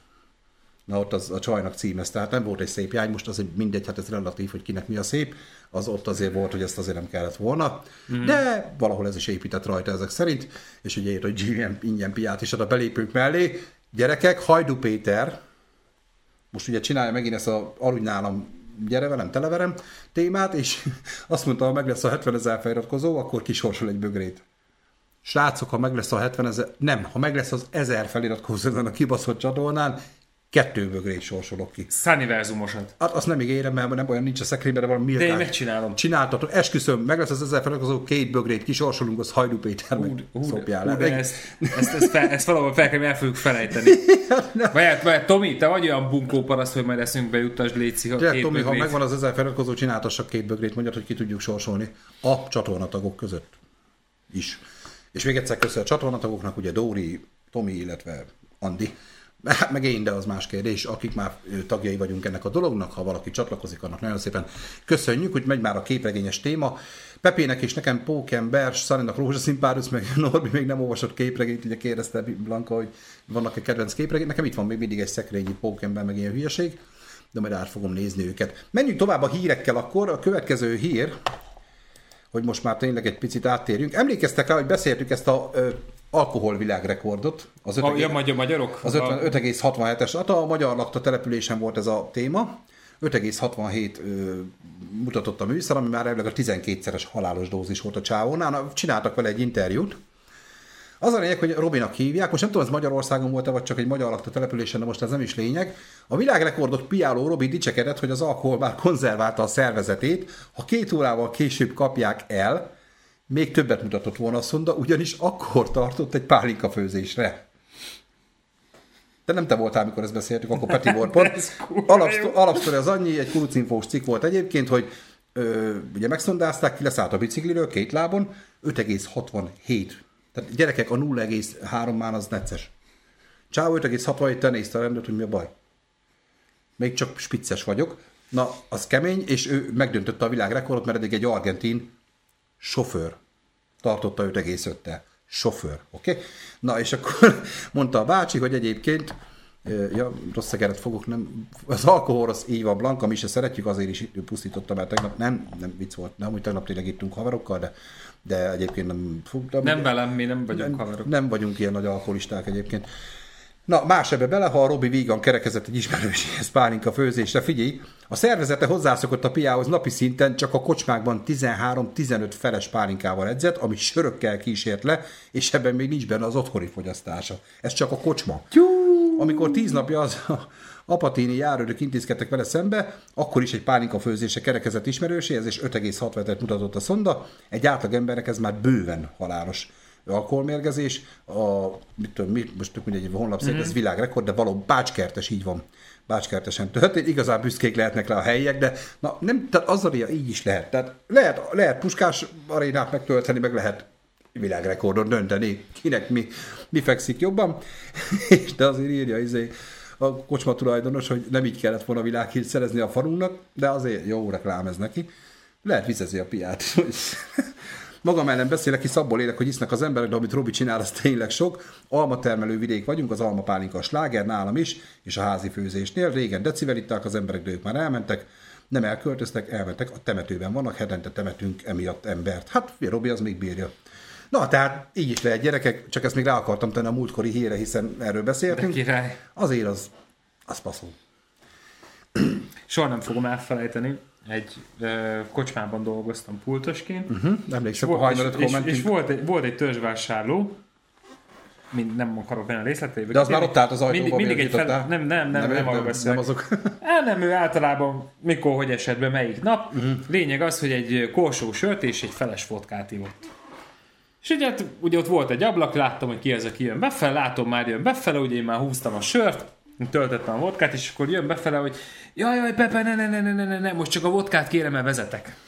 Na ott az a csajnak címez, tehát nem volt egy szép jány, most azért mindegy, hát ez relatív, hogy kinek mi a szép, az ott azért volt, hogy ezt azért nem kellett volna, de valahol ez is épített rajta ezek szerint, és ugye írt, hogy GVM ingyen piát is ad a belépők mellé. Gyerekek, Hajdú Péter, most ugye csinálja megint ezt a aludj nálam, gyere velem, televerem témát, és azt mondta, ha meg lesz a 70 000 feliratkozó, akkor kisorsol egy bögrét. Srácok, ha meg lesz a 70 000, nem, ha meg lesz az 1000 feliratkozó ezen a kibaszott csatornán, 2 bögrét sorsolok ki. Szaniverzumosat. Hát azt nem ígérem, mert nem olyan nincs a szekrényben, de valami mirkás. De én megcsinálom. Csináltatok, esküszöm, meg lesz az 1000 feliratkozó, 2 bögrét kisorsolunk, az Hajdú Péter meg szopjál el. De ezt valahol el fogjuk felejteni. Vagy Tomi, te vagy olyan bunkó paraszt, hogy majd eszünkbe juttasd, létszik a 2 Tomi, bögrét. ha megvan az 1000 feliratkozó, csináltassak 2 bögrét, mondjad, hogy ki tudjuk sorsolni a csatornatagok között is. És még egyszer köszönöm a csatornatagoknak, ugye Dóri, Tomi, illetve Andi, meg én, de az más kérdés, akik már tagjai vagyunk ennek a dolognak, ha valaki csatlakozik, annak nagyon szépen köszönjük, hogy megy már a képregényes téma. Pepének és nekem Pókember, Szaninak Rózsaszín Párusz, meg Norbi még nem olvasott képregényt, ugye kérdezte Blanka, hogy vannak-e kedvenc képregény. Nekem itt van még mindig egy szekrényi Pókember, meg ilyen hülyeség, de majd át fogom nézni őket. Menjünk tovább a hírekkel akkor, a következő hír, hogy most már tényleg egy picit áttérjünk. Emlékeztek rá, hogy beszéltük ezt a alkoholvilágrekordot. Az 5,67-es. Hát a magyar lakta településen volt ez a téma. 5,67 mutatott a műszer, ami már elvileg a 12-szeres halálos dózis volt a csávónál. Csináltak vele egy interjút. Az a lényeg, hogy Robinak hívják, most nem tudom, ez Magyarországon volt-e, vagy csak egy magyar lakta településen, de most ez nem is lényeg. A világrekordot piáló Robi dicsekedett, hogy az alkohol már konzerválta a szervezetét, ha 2 órával később kapják el, még többet mutatott volna a szonda, ugyanis akkor tartott egy pálinkafőzésre. De nem te voltál, amikor ezt beszéltük, akkor Peti volt pont. Alapsztori az annyi, egy kurucinfós cikk volt egyébként, hogy ugye megszondázták, ki leszállt a bicikliről 2 lábon, 5,67. Tehát gyerekek, a 0,3 már az necces. Csávó 5,67, te nézte a rendet, hogy mi a baj. Még csak spicces vagyok. Na, az kemény, és ő megdöntötte a világrekordot, mert eddig egy argentin sofőr tartotta 5,5-tel. Sofőr, oké? Okay? Na, és akkor mondta a bácsi, hogy egyébként, rossz szegeret fogok, nem, az alkohol, az így van, Blanka, mi se szeretjük, azért is pusztította, mert tegnap nem vicc volt, nem, úgy tegnap tényleg ittunk haverokkal, de egyébként nem fogtam. Nem velem, mi nem vagyunk haverok. Nem vagyunk ilyen nagy alkoholisták egyébként. Na, más ebbe bele, ha a Robi vígan kerekezett egy ismerőséhez pálinka főzésre, figyelj, a szervezete hozzászokott a piához, napi szinten csak a kocsmákban 13-15 feles pálinkával edzett, ami sörökkel kísért le, és ebben még nincs benne az otthoni fogyasztása. Ez csak a kocsma. Amikor 10 napja az apatini járőrök intézkedtek vele szembe, akkor is egy pálinka főzése kerekezett ismerőséhez, és 5,6-et mutatott a szonda. Egy átlag embernek ez már bőven halálos alkoholmérgezés. Most tök mindegy, a honlap szerint ez világrekord, de való Bácskertes, így van. Bácskertesen történt. Igazán büszkék lehetnek le a helyiek, de na, nem, tehát az aréna így is lehet. Tehát lehet Puskás arénát megtölteni, meg lehet világrekordot dönteni, kinek mi fekszik jobban. De azért írja a kocsma tulajdonos, hogy nem így kellett volna világhírt szerezni a falunknak, de azért jó reklám ez neki. Lehet vizezi a piát. Magam ellen beszélek, hisz abból élek, hogy isznak az emberek, de amit Robi csinál, az tényleg sok. Almatermelő vidék vagyunk, az almapálinka a sláger nálam is, és a házi főzésnél. Régen decivel itták az emberek, de ők már elmentek. Nem elköltöztek, elmentek, a temetőben vannak, hetente temetünk emiatt embert. Hát, Robi az még bírja. Na, tehát így is lehet, gyerekek, csak ezt még rá akartam tenni a múltkori hírre, hiszen erről beszéltünk. De király. Azért az passzol. Soha nem fogom elfelejteni. Egy kocsmában dolgoztam pultosként. Emlékszem, a hajnalat kommentünk. És volt egy törzsvásárló, nem akarok benne részleteibe. De az már ott állt az ajtóban, mindig egy nem arra beszélek. Nem, ő általában mikor, hogy esetben, melyik nap. Lényeg az, hogy egy korsó sört és egy feles vodkát ivott. És ugye ott volt egy ablak, láttam, hogy ki az, aki jön befele, látom már jön befele, ugye én már húztam a sört, töltöttem a vodkát, és akkor jön befele, hogy jaj, Pepe, ne, most csak a vodkát kérem, mert vezetek.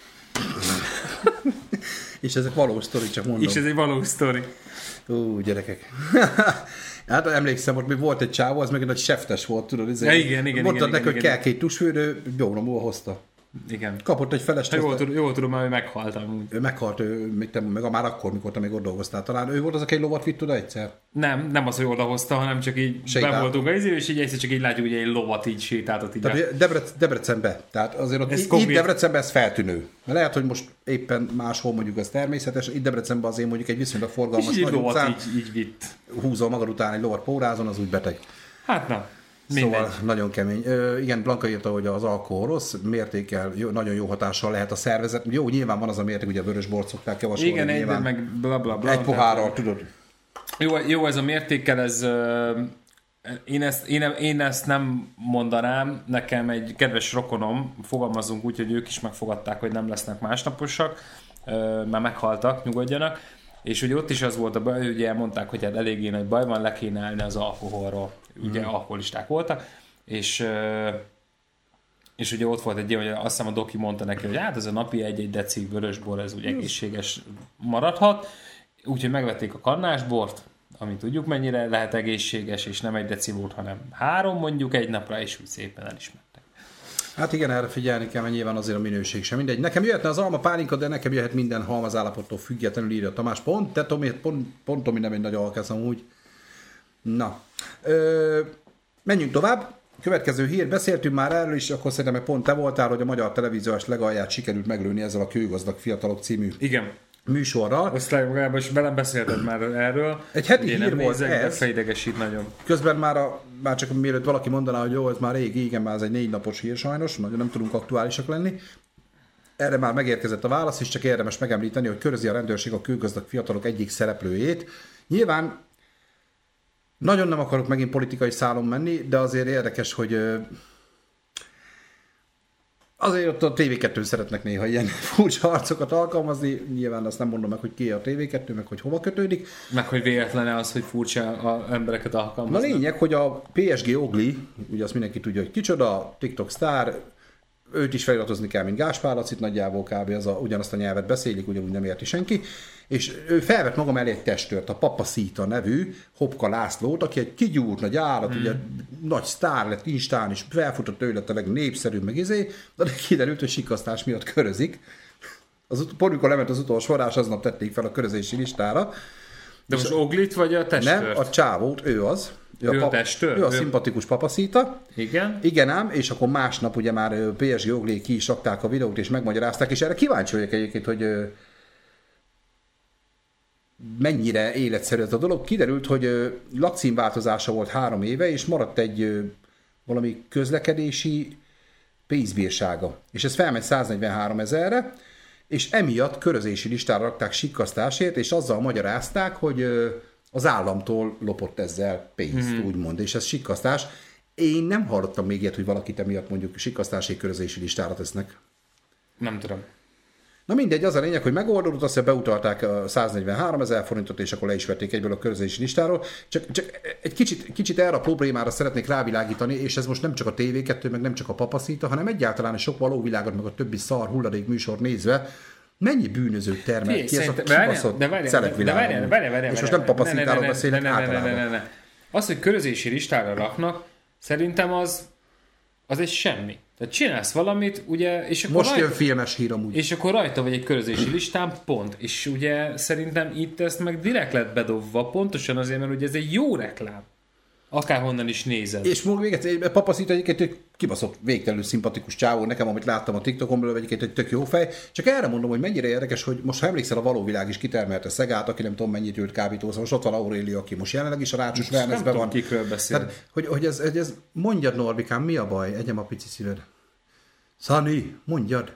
És ezek valós sztori, csak mondom. És ez egy valós sztori. Gyerekek. Hát emlékszem, hogy még volt egy csávó, az meg egy nagy seftes volt, tudod? Ja, igen. Mondtad neki, hogy kell 2 tusfőrő, gyomromból hozta. Igen. Kapott egy felest. Jól tudom, hogy meghalt amúgy. Ő meghalt, meg már akkor, mikor te még ott dolgoztál. Talán ő volt az, aki egy lovat vitt oda egyszer? Nem az, hogy odahozta, hanem csak így be voltunk az izé, és így egyszer csak így látjuk, hogy egy lovat így sétáltat így. Tehát Debrecenbe. Tehát azért ott itt Debrecenben ez feltűnő. Lehet, hogy most éppen máshol mondjuk ez természetes, itt Debrecenben azért mondjuk egy viszonylag forgalmas nagy utcán így vitt. Húzol magad után egy lovat pórázon, az úgy beteg. Hát na. Szóval nagyon kemény. Igen, Blanka írta, hogy az alkohol rossz, mértékkel nagyon jó hatással lehet a szervezet. Jó, nyilván van az a mérték, ugye a vörösbort szokták javasolni. Igen, nyilván, meg blablabla. Egy pohárral, tudod. Jó, ez a mértékkel, ez... Én ezt nem mondanám, nekem egy kedves rokonom, fogalmazunk úgy, hogy ők is megfogadták, hogy nem lesznek másnaposak, már meghaltak, nyugodjanak, és ugye ott is az volt a baj, hogy ugye elmondták, hogy hát eléggé nagy baj van, le kéne állni az alkoholról, ugye alkoholisták voltak, és ugye ott volt egy ilyen, hogy azt hiszem a doki mondta neki, hogy hát ez a napi egy deci vörösbor, ez úgy egészséges maradhat, úgyhogy megvették a kannásbort, ami tudjuk mennyire lehet egészséges, és nem egy deci volt, hanem 3 mondjuk egy napra, és úgy szépen elismertek. Hát igen, erre figyelni kell, mert nyilván azért a minőség sem mindegy. Nekem jöhetne az alma pálinka, de nekem jöhet minden halmazállapottól függetlenül, írja Tamás. Pont Tomi nem egy nagy alkász amúgy. Na, menjünk tovább. Következő hír, beszéltünk már erről is, akkor szerintem pont te voltál, hogy a magyar televíziós legalját sikerült meglőni ezzel a Kőgazdag fiatalok című műsorral. Osztályban is velem beszélted már erről. Egy heti hír volt ez. Fejdegesít nagyon. Közben már csak mielőtt valaki mondaná, hogy jó, ez már régi, igen, már ez egy 4 napos hír sajnos, nagyon nem tudunk aktuálisak lenni. Erre már megérkezett a válasz, és csak érdemes megemlíteni, hogy körözi a rendőrség a külgazdag fiatalok egyik szereplőjét. Nyilván nagyon nem akarok megint politikai szálon menni, de azért érdekes, hogy azért ott a TV2-n szeretnek néha ilyen furcsa arcokat alkalmazni. Nyilván azt nem mondom meg, hogy ki a TV2, meg hogy hova kötődik. Meg hogy véletlen az, hogy furcsa embereket alkalmaznak. A lényeg, hogy a PSG Ogli, ugye azt mindenki tudja, hogy kicsoda, TikTok sztár, őt is feliratozni kell, mint Gáspár Lacit, nagyjából kb. Ugyanazt a nyelvet beszélik, ugyanúgy nem érti senki, és ő felvett magam elé egy testőrt, a Papacita nevű Hopka Lászlót, aki egy kigyúrt nagy állat, ugye nagy sztár lett Instán, és felfutott ő lett a legnépszerűbb, meg de kiderült, hogy sikasztás miatt körözik. Pont mikor lement az utolsó forrás, aznap tették fel a körözési listára. De most Oglit vagy a testőrt? Nem, a csávót, ő az. Ő a testőr? Ő a szimpatikus Papacita. Igen? Igen ám, és akkor másnap ugye már PSG Ogli ki is rakták a videót, és megmagyarázták, és erre kíváncsi vagyok egyébként, hogy mennyire életszerű ez a dolog. Kiderült, hogy lakcímváltozása volt 3 éve, és maradt egy valami közlekedési pénzbírsága. És ez felmegy 143 000-re, és emiatt körözési listára rakták sikkasztásért, és azzal magyarázták, hogy az államtól lopott ezzel pénzt, úgymond, és ez sikkasztás. Én nem hallottam még ilyet, hogy valakit emiatt mondjuk sikkasztási körözési listára tesznek. Nem tudom. Na mindegy, az a lényeg, hogy megoldódott, azt beutalták 143 000 forintot, és akkor le is vették egyből a körözési listáról. Csak egy kicsit erre a problémára szeretnék rávilágítani, és ez most nem csak a TV2, meg nem csak a Papacita, hanem egyáltalán a sok valóvilágot, meg a többi szar hulladék műsor nézve, mennyi bűnözőt termel ki ez a kibaszott szeletvilágon. És most nem Papacitáról beszélek általában. Az, hogy körözési listára raknak, szerintem az egy semmi. Tehát csinálsz valamit, ugye, és akkor most jön filmes hír amúgy. És akkor rajta vagy egy körözési listán, pont. És ugye szerintem itt ezt meg direkt lett bedobva, pontosan azért, mert ugye ez egy jó reklám. Akárhonnan is nézed. És még egyszer, Papacita egyébként egy kibaszott, végtelenül szimpatikus csávó, nekem, amit láttam a TikTokon belőle, egyébként egy tök jó fej. Csak erre mondom, hogy mennyire érdekes, hogy most ha emlékszel, a való világ is kitermelte Szegát, aki nem tudom mennyit ült kábítószer, most ott van Aurélia, aki most jelenleg is a Rácsos Wellnessben van. Kikről beszél. Tehát, hogy ez, mondjad Norbikám, mi a baj? Egyem a pici szíved. Szani, mondjad.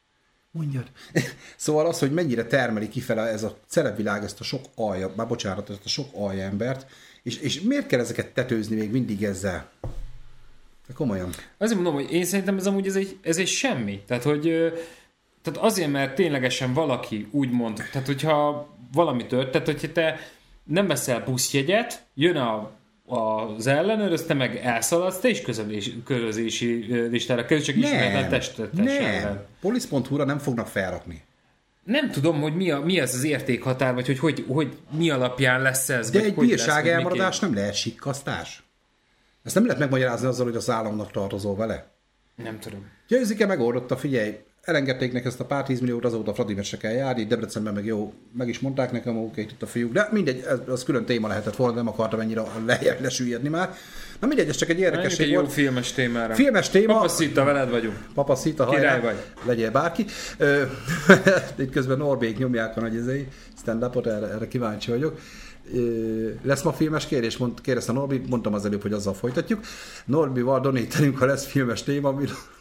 Szóval az, hogy mennyire termeli kifele ez a celebvilág, ezt a sok alja, már bocsánat, ezt a sok alja embert, és miért kell ezeket tetőzni még mindig ezzel? De komolyan. Azért mondom, hogy én szerintem ez amúgy ez egy semmi. Tehát, tehát azért, mert ténylegesen valaki úgy mond, tehát hogyha valami tört, tehát hogyha te nem veszel buszjegyet, jön az ellenőr, azt te meg elszaladsz, te is körözési listára kerül, csak ismeretlen testet. Nem, polisz.hu-ra nem fognak felrakni. Nem tudom, hogy mi az értékhatár, vagy hogy mi alapján lesz ez. De egy bírság elmaradás nem lehet sikkasztás. Ezt nem lehet megmagyarázni azzal, hogy az államnak tartozol vele. Nem tudom. Győzike megoldotta, figyelj, elengedték neki ezt a pár 10 milliót, azóta Fradimet se kell járni, Debrecenben meg jó, meg is mondták nekem, oké, itt a fiúk, de mindegy, az külön téma lehetett volna, nem akartam ennyire lesüllyedni már. Na mindegy, ez csak egy érdekesség volt. Jó filmes témára. Filmes téma. Papacita, veled vagyunk. Papacita, hajrá, vagy. Legyél bárki. Itt közben Norbék nyomják a nagy stand-upot, erre kíváncsi vagyok. Lesz ma filmes kérdés? Kérdezte Norbi, mondtam az előbb, hogy azzal folytatjuk. Norbival donételünk, ha lesz filmes téma,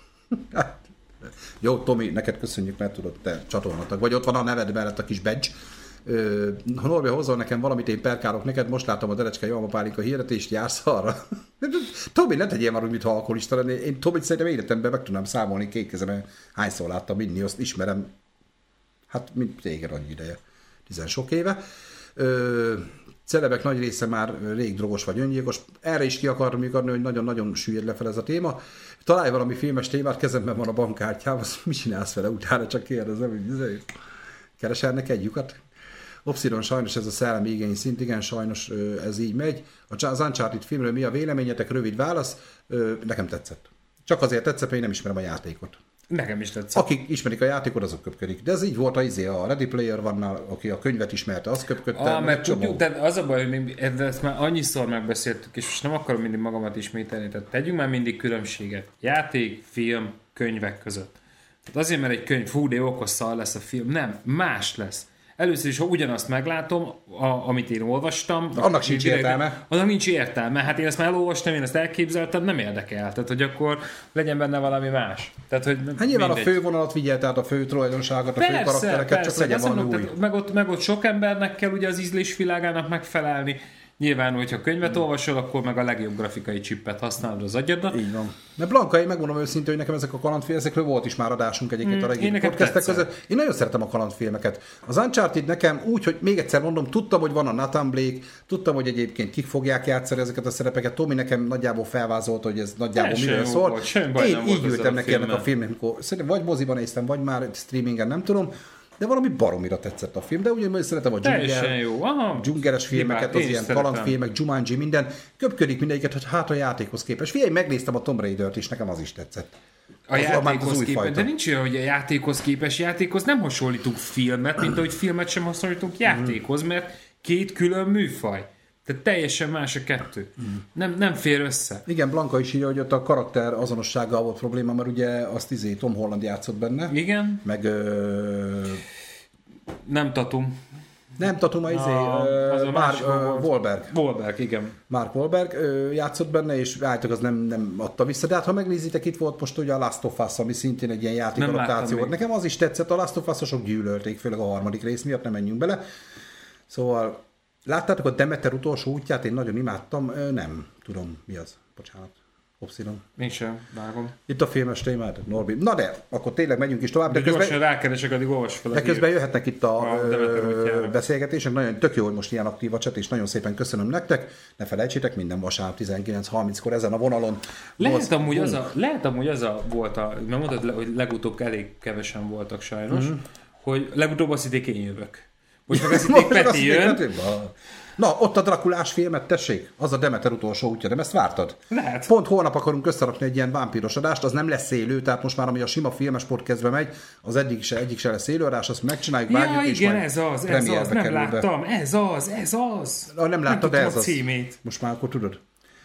jó, Tomi, neked köszönjük, mert tudod, te csatornatag vagy, ott van a neved mellett a kis badge. Ha Norbi hozol nekem valamit, én perkálok neked, most látom a Derecskei Almapálinka hirdetést, jársz arra. Tomi, ne tegyél már úgy, mintha alkoholista lenni. Én Tomit szerintem életemben meg tudnám számolni két kezemben, hányszor láttam inni, azt ismerem, hát mint téged annyi ideje, 10 sok éve. Celebek nagy része már rég drogos vagy öngyilkos. Erre is ki akartam adni, hogy nagyon-nagyon süllyed lefelé ez a téma. Találj valami filmes témát, kezemben van a bankkártyám, azt mit csinálsz vele? Utána csak kérdezem, hogy keresel neki egy lyukat? Obszidon, sajnos ez a szellemi igény szint, igen, sajnos ez így megy. Az Uncharted filmről mi a véleményetek? Rövid válasz. Nekem tetszett. Csak azért tetszett, mert én nem ismerem a játékot. Nekem is tetszett. Akik ismerik a játékot, azok köpködik. De ez így volt a Ready Player One-nál, aki a könyvet ismerte, az köpködte. Mert tudjuk, de az a baj, hogy ezt már annyiszor megbeszéltük, és most nem akarom mindig magamat ismételni, tehát tegyünk már mindig különbséget. Játék, film, könyvek között. Tehát azért, mert egy könyv, de okos szar lesz a film. Nem, más lesz. először is, ha ugyanazt meglátom, amit én olvastam... Annak sincs értelme. Annak nincs értelme. Hát én ezt már elolvastam, én ezt elképzeltem, nem érdekel. Tehát, hogy akkor legyen benne valami más. Tehát, hogy hát nyilván mindegy. A fővonalat figyel, tehát a fő tulajdonságot, a fő karaktereket, csak legyen valami új. Meg ott sok embernek kell ugye az ízlés világának megfelelni. Nyilván, hogyha könyvet olvasol, akkor meg a legjobb grafikai csippet használod az agyadat. Így van. De Blanka, én megmondom őszintén, hogy nekem ezek a kalandfilmek, ezekről volt is már adásunk egyébként a régi podcastek között. Én nagyon szeretem a kalandfilmeket. Az Uncharted nekem úgy, hogy még egyszer mondom, tudtam, hogy van a Nathan Blake, tudtam, hogy egyébként kik fogják játszani ezeket a szerepeket. Tomi nekem nagyjából felvázolta, hogy ez nagyjából miről szól. Én így ültem neki ennek a filmnek, amikor szerintem vagy moziban néztem, vagy már streamingen, nem tudom. De valami baromira tetszett a film, de ugyanúgy szeretem a dzsungeres filmeket, az ilyen kalandfilmek, Jumanji, minden. Köpködik mindegyiket, hogy hát a játékhoz képest. Figyelj, megnéztem a Tomb Raider-t is, nekem az is tetszett. A játékhoz képest, de nincs olyan, hogy a játékhoz képest játékhoz nem hasonlítunk filmet, mint ahogy filmet sem hasonlítunk játékhoz, mert két külön műfaj. Tehát teljesen más a kettő. Nem fér össze. Igen, Blanka is írja, hogy ott a karakter azonossággal volt probléma, mert ugye azt Tom Holland játszott benne. Igen. Meg... Nem Tatum. Nem Tatum, Mark Wahlberg. Wahlberg, igen. Mark Wahlberg játszott benne, és állítólag az nem adta vissza. De hát ha megnézitek, itt volt most ugye a Last of Us, ami szintén egy ilyen játékadaptáció volt. Nekem az is tetszett, a Last of Us-osok gyűlölték, főleg a harmadik rész miatt, nem menjünk bele. Szóval láttátok a Demeter utolsó útját? Én nagyon imádtam. Nem tudom, mi az. Bocsánat. Obszidon. Én sem vágom. Itt a filmes témát, Norbi. Na de, akkor tényleg megyünk is tovább. De gyorsan rákeresek, addig olvas fel. De közben jöhetnek itt a beszélgetések. Nagyon tök jó, hogy most ilyen aktív a chat, és nagyon szépen köszönöm nektek. Ne felejtsétek, minden vasárnap 19:30-kor ezen a vonalon. Lehet amúgy az a volt, mert mondtad, hogy legutóbb elég kevesen voltak sajnos, hogy legutóbb azt hitték én jövök. Most meg azt hitték Peti jön. Na, ott a Drakulás filmet, tessék, az a Demeter utolsó útja, de ezt vártad? Lehet. Pont holnap akarunk összerakni egy ilyen vámpíros adást, az nem lesz élő, tehát most már, ami a sima filmes podcastbe megy, az egyik se lesz élő adás, azt megcsináljuk, vágjuk, és igen, ez az, nem láttam, ez az. Nem láttad, de ez az. Címét. Most már akkor tudod.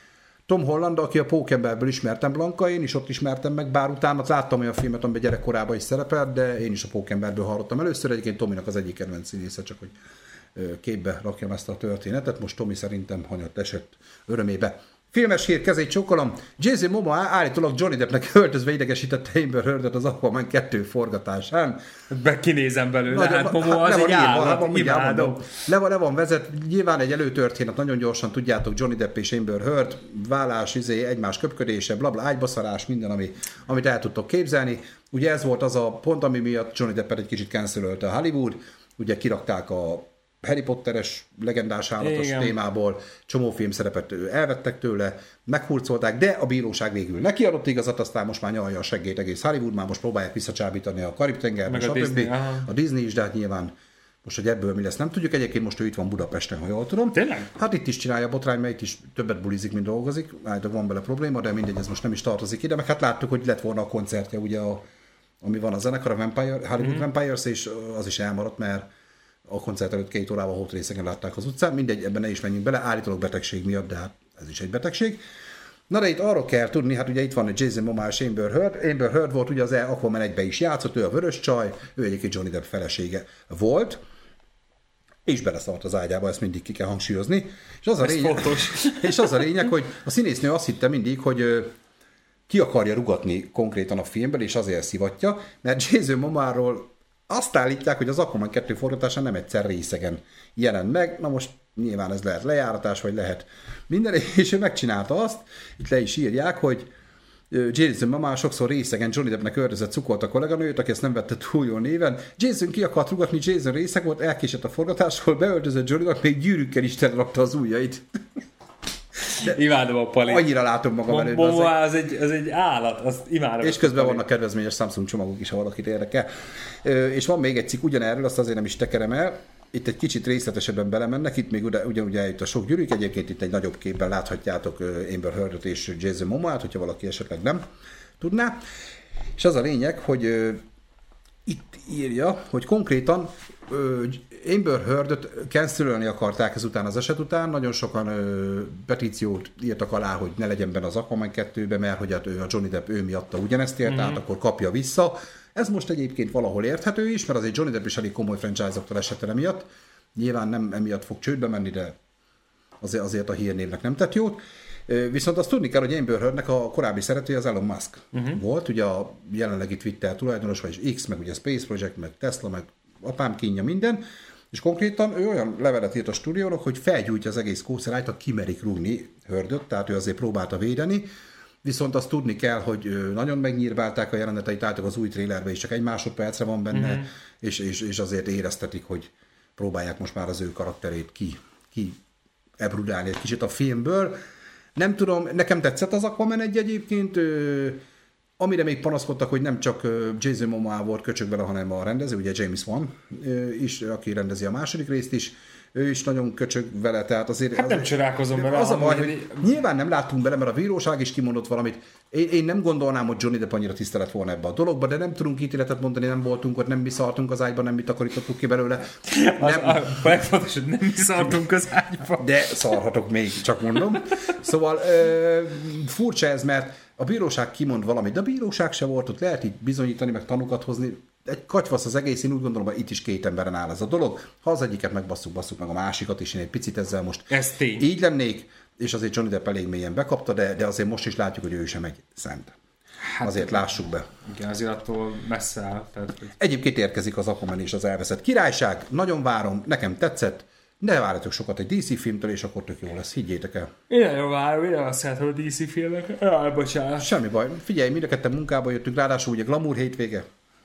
Tom Holland, aki a Pókemberből ismertem, Blanka, én is ott ismertem meg, bár utána láttam olyan filmet, amiben gyerekkorában is szerepelt, de én is a Pókemberből hallottam először, egyébként Tominak az egyik kedvenc színésze, csak hogy képbe rakjam ezt a történetet. Most Tomi szerintem hanyatt esett örömébe. Filmes hír, kezét csókolom. Jason Momoa állítólag Johnny Deppnek öltözve idegesítette Amber Heardet az Aquaman 2 forgatásán. Kinézem belőle, hát Momoa az egy állat, imádom. Le van vezet, nyilván egy előtörténet, nagyon gyorsan tudjátok, Johnny Depp és Amber Heard, vállás, egymás köpködése, blabla, ágybaszarás, minden, amit el tudtok képzelni. Ugye ez volt az a pont, ami miatt Johnny Deppet egy kicsit cancelölte a Hollywood, ugye kirakták a Harry Potteres legendás állatos témából, csomó filmszerepet elvettek tőle, meghurcolták, de a bíróság végül neki adott igazat, aztán most már nyalja a seggét egész Hollywood, már most próbálják visszacsábítani a Karib-tengerbe, stb. A Disney is, de hát nyilván most, hogy ebből mi lesz, nem tudjuk. Egyébként most ő itt van Budapesten, ha jól tudom. Tényleg? Hát itt is csinálja a botrány, mert itt is többet bulizik, mint dolgozik. Állítólag van bele probléma, de mindegy, ez most nem is tartozik ide. Meg hát láttuk, hogy lett volna a koncertje, ugye, ami van a zenekar, a Hollywood Vampires, és az is elmaradt, mert a koncert előtt 2 órával hót részegen látták az utcán. Mindegy, ebben ne is menjünk bele, állítólag betegség miatt, de hát ez is egy betegség. Na de itt arról kell tudni, hát ugye itt van egy Jason Momoa és Amber Heard. Amber Heard volt ugye az Aquaman 1-ben is játszott, ő a vörös csaj, ő egyébként Johnny Depp felesége volt, és beleszart az ágyába, ezt mindig ki kell hangsúlyozni. És az a lényeg, hogy a színésznő azt hitte mindig, hogy ki akarja rugatni konkrétan a filmből, és azért szivatja, mert Jason Momoáról azt állítják, hogy az Aquaman 2 forgatása nem egyszer részegen jelent meg. Na most nyilván ez lehet lejáratás, vagy lehet minden, és ő megcsinálta azt, itt le is írják, hogy Jason Momoa sokszor részegen Johnny Deppnek öltözött cukolt a kolléganőt, aki ezt nem vette túl jól néven. Jason ki akart rugatni, Jason részeg volt, elkésett a forgatásról, beöltözött Johnnynak, még gyűrűkkel is telerakta az ujjait. Imádom a Palit. Annyira látom magam előtt. Momoa az egy állat, azt imádom. És közben vannak kedvezményes Samsung csomagok is, ha valakit érdekel. És van még egy cikk ugyanerről, azt azért nem is tekerem el. Itt egy kicsit részletesebben belemennek, itt még ugyanúgy eljött a sok gyűrűk, egyébként itt egy nagyobb képben láthatjátok Amber Heardot és Jason Momoát, hogyha valaki esetleg nem tudná. És az a lényeg, hogy itt írja, hogy konkrétan Amber Heardot cancelölni akarták ezután az eset után, nagyon sokan petíciót írtak alá, hogy ne legyen benne az Aquaman 2-be, mert hogy hát a Johnny Depp ő miatta ugyanezt ért, tehát akkor kapja vissza. Ez most egyébként valahol érthető is, mert azért Johnny Depp is elég komoly franchise-októl esett el emiatt. Nyilván nem emiatt fog csődbe menni, de azért a hírnévnek nem tett jót. Viszont azt tudni kell, hogy Amber Heardnek a korábbi szeretője az Elon Musk volt, ugye a jelenlegi Twitter tulajdonos, vagyis X, meg ugye Space Project, meg Tesla, meg apám kínja minden, és konkrétan ő olyan levelet írt a stúdiónak, hogy felgyújtja az egész kószerájt, kimerik rúgni Heardot, tehát ő azért próbálta védeni, viszont azt tudni kell, hogy nagyon megnyírbálták a jeleneteit, álltak az új trailerbe, és csak 1 másodpercre van benne, és azért éreztetik, hogy próbálják most már az ő karakterét ki ebrudálni egy kicsit a filmből. Nem tudom, nekem tetszett az Aquaman egyébként, amire még panaszkodtak, hogy nem csak Jason Momoa volt köcsög vele, hanem a rendező, ugye James Wan is, aki rendezi a második részt is, ő is nagyon köcsög vele, tehát azért... Hát nem csodálkozom vele. Az a baj, hogy nyilván nem láttunk bele, mert a bíróság is kimondott valamit. Én nem gondolnám, hogy Johnny Depp annyira tiszta lett volna ebbe a dologba, de nem tudunk ítéletet mondani, nem voltunk ott, nem mi szartunk az ágyba, nem mi takarítottuk ki belőle. A legfontos, hogy nem mi szartunk az ágyba. De szarhatok még, csak mondom. Szóval furcsa ez, mert a bíróság kimond valamit, de a bíróság se volt ott, lehet itt bizonyítani, meg tanúkat hozni. Egy katyvasz az egész, én úgy gondolom, hogy itt is 2 emberen áll ez a dolog. Ha az egyiket megbasszuk meg a másikat is, én egy picit ezzel most így lennék, és azért Johnny Depp elég mélyen bekapta, de azért most is látjuk, hogy ő sem egy szent. Hát, azért lássuk be. Igen, azért attól messze áll. Tehát, hogy... Egyébként érkezik az Aquaman és az elveszett királyság, nagyon várom, nekem tetszett, de várjatok sokat egy DC filmtől, és akkor tök jó lesz, higgyétek el. Én nagyon várom, én azt szeretem a DC filmek. Bocsánat. Semmi baj, figyelj, mind a ketten munkába jöttünk, ráadásul ugye glamour hétvége.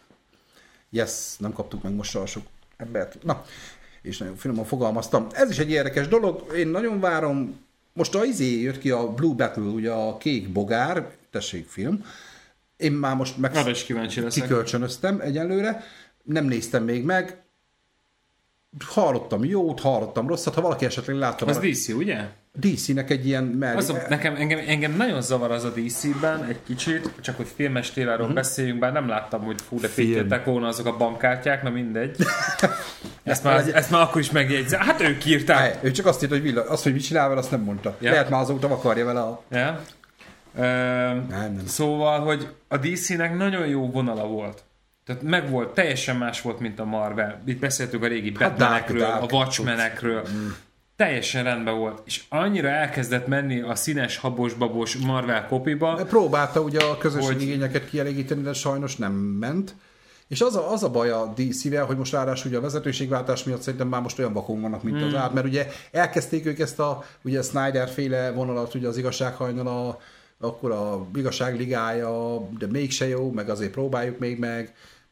Yes, nem kaptuk meg most sok embert. Na, és nagyon finoman fogalmaztam. Ez is egy érdekes dolog, én nagyon várom. Most jött ki a Blue Battle, ugye a Kék Bogár, tessék film. Én már most kikölcsönöztem egyelőre, nem néztem még meg. Hallottam jót, hallottam rosszat, ha valaki esetleg látta... Az DC, ugye? DC-nek egy ilyen... Engem nagyon zavar az a DC-ben egy kicsit, csak hogy filmes téváról beszéljünk, bár nem láttam, hogy de figyeltek volna azok a bankkártyák, na mindegy. Ezt már akkor is megjegyzem. Hát ők írták. Ő csak azt írt, hogy azt, hogy mit csinál vele, azt nem mondta. Yeah. Lehet már azóta akarja vele a... Yeah. Nem. Szóval, hogy a DC-nek nagyon jó vonala volt. Tehát megvolt, teljesen más volt, mint a Marvel. Itt beszéltük a régi Batmanekről, a Watchmenekről. Teljesen rendben volt. És annyira elkezdett menni a színes, habos-babos Marvel kopiba. Próbálta ugye a közösségi igényeket kielégíteni, de sajnos nem ment. És az a baj a DC-vel, hogy most ráadásul ugye a vezetőségváltás miatt szerintem már most olyan vakon vannak, mint az át, mert ugye elkezdték ők ezt a ugye Snyder-féle vonalat, ugye az igazsághajnal, akkor a igazságligája, de mégse jó, meg azért próbáljuk még meg.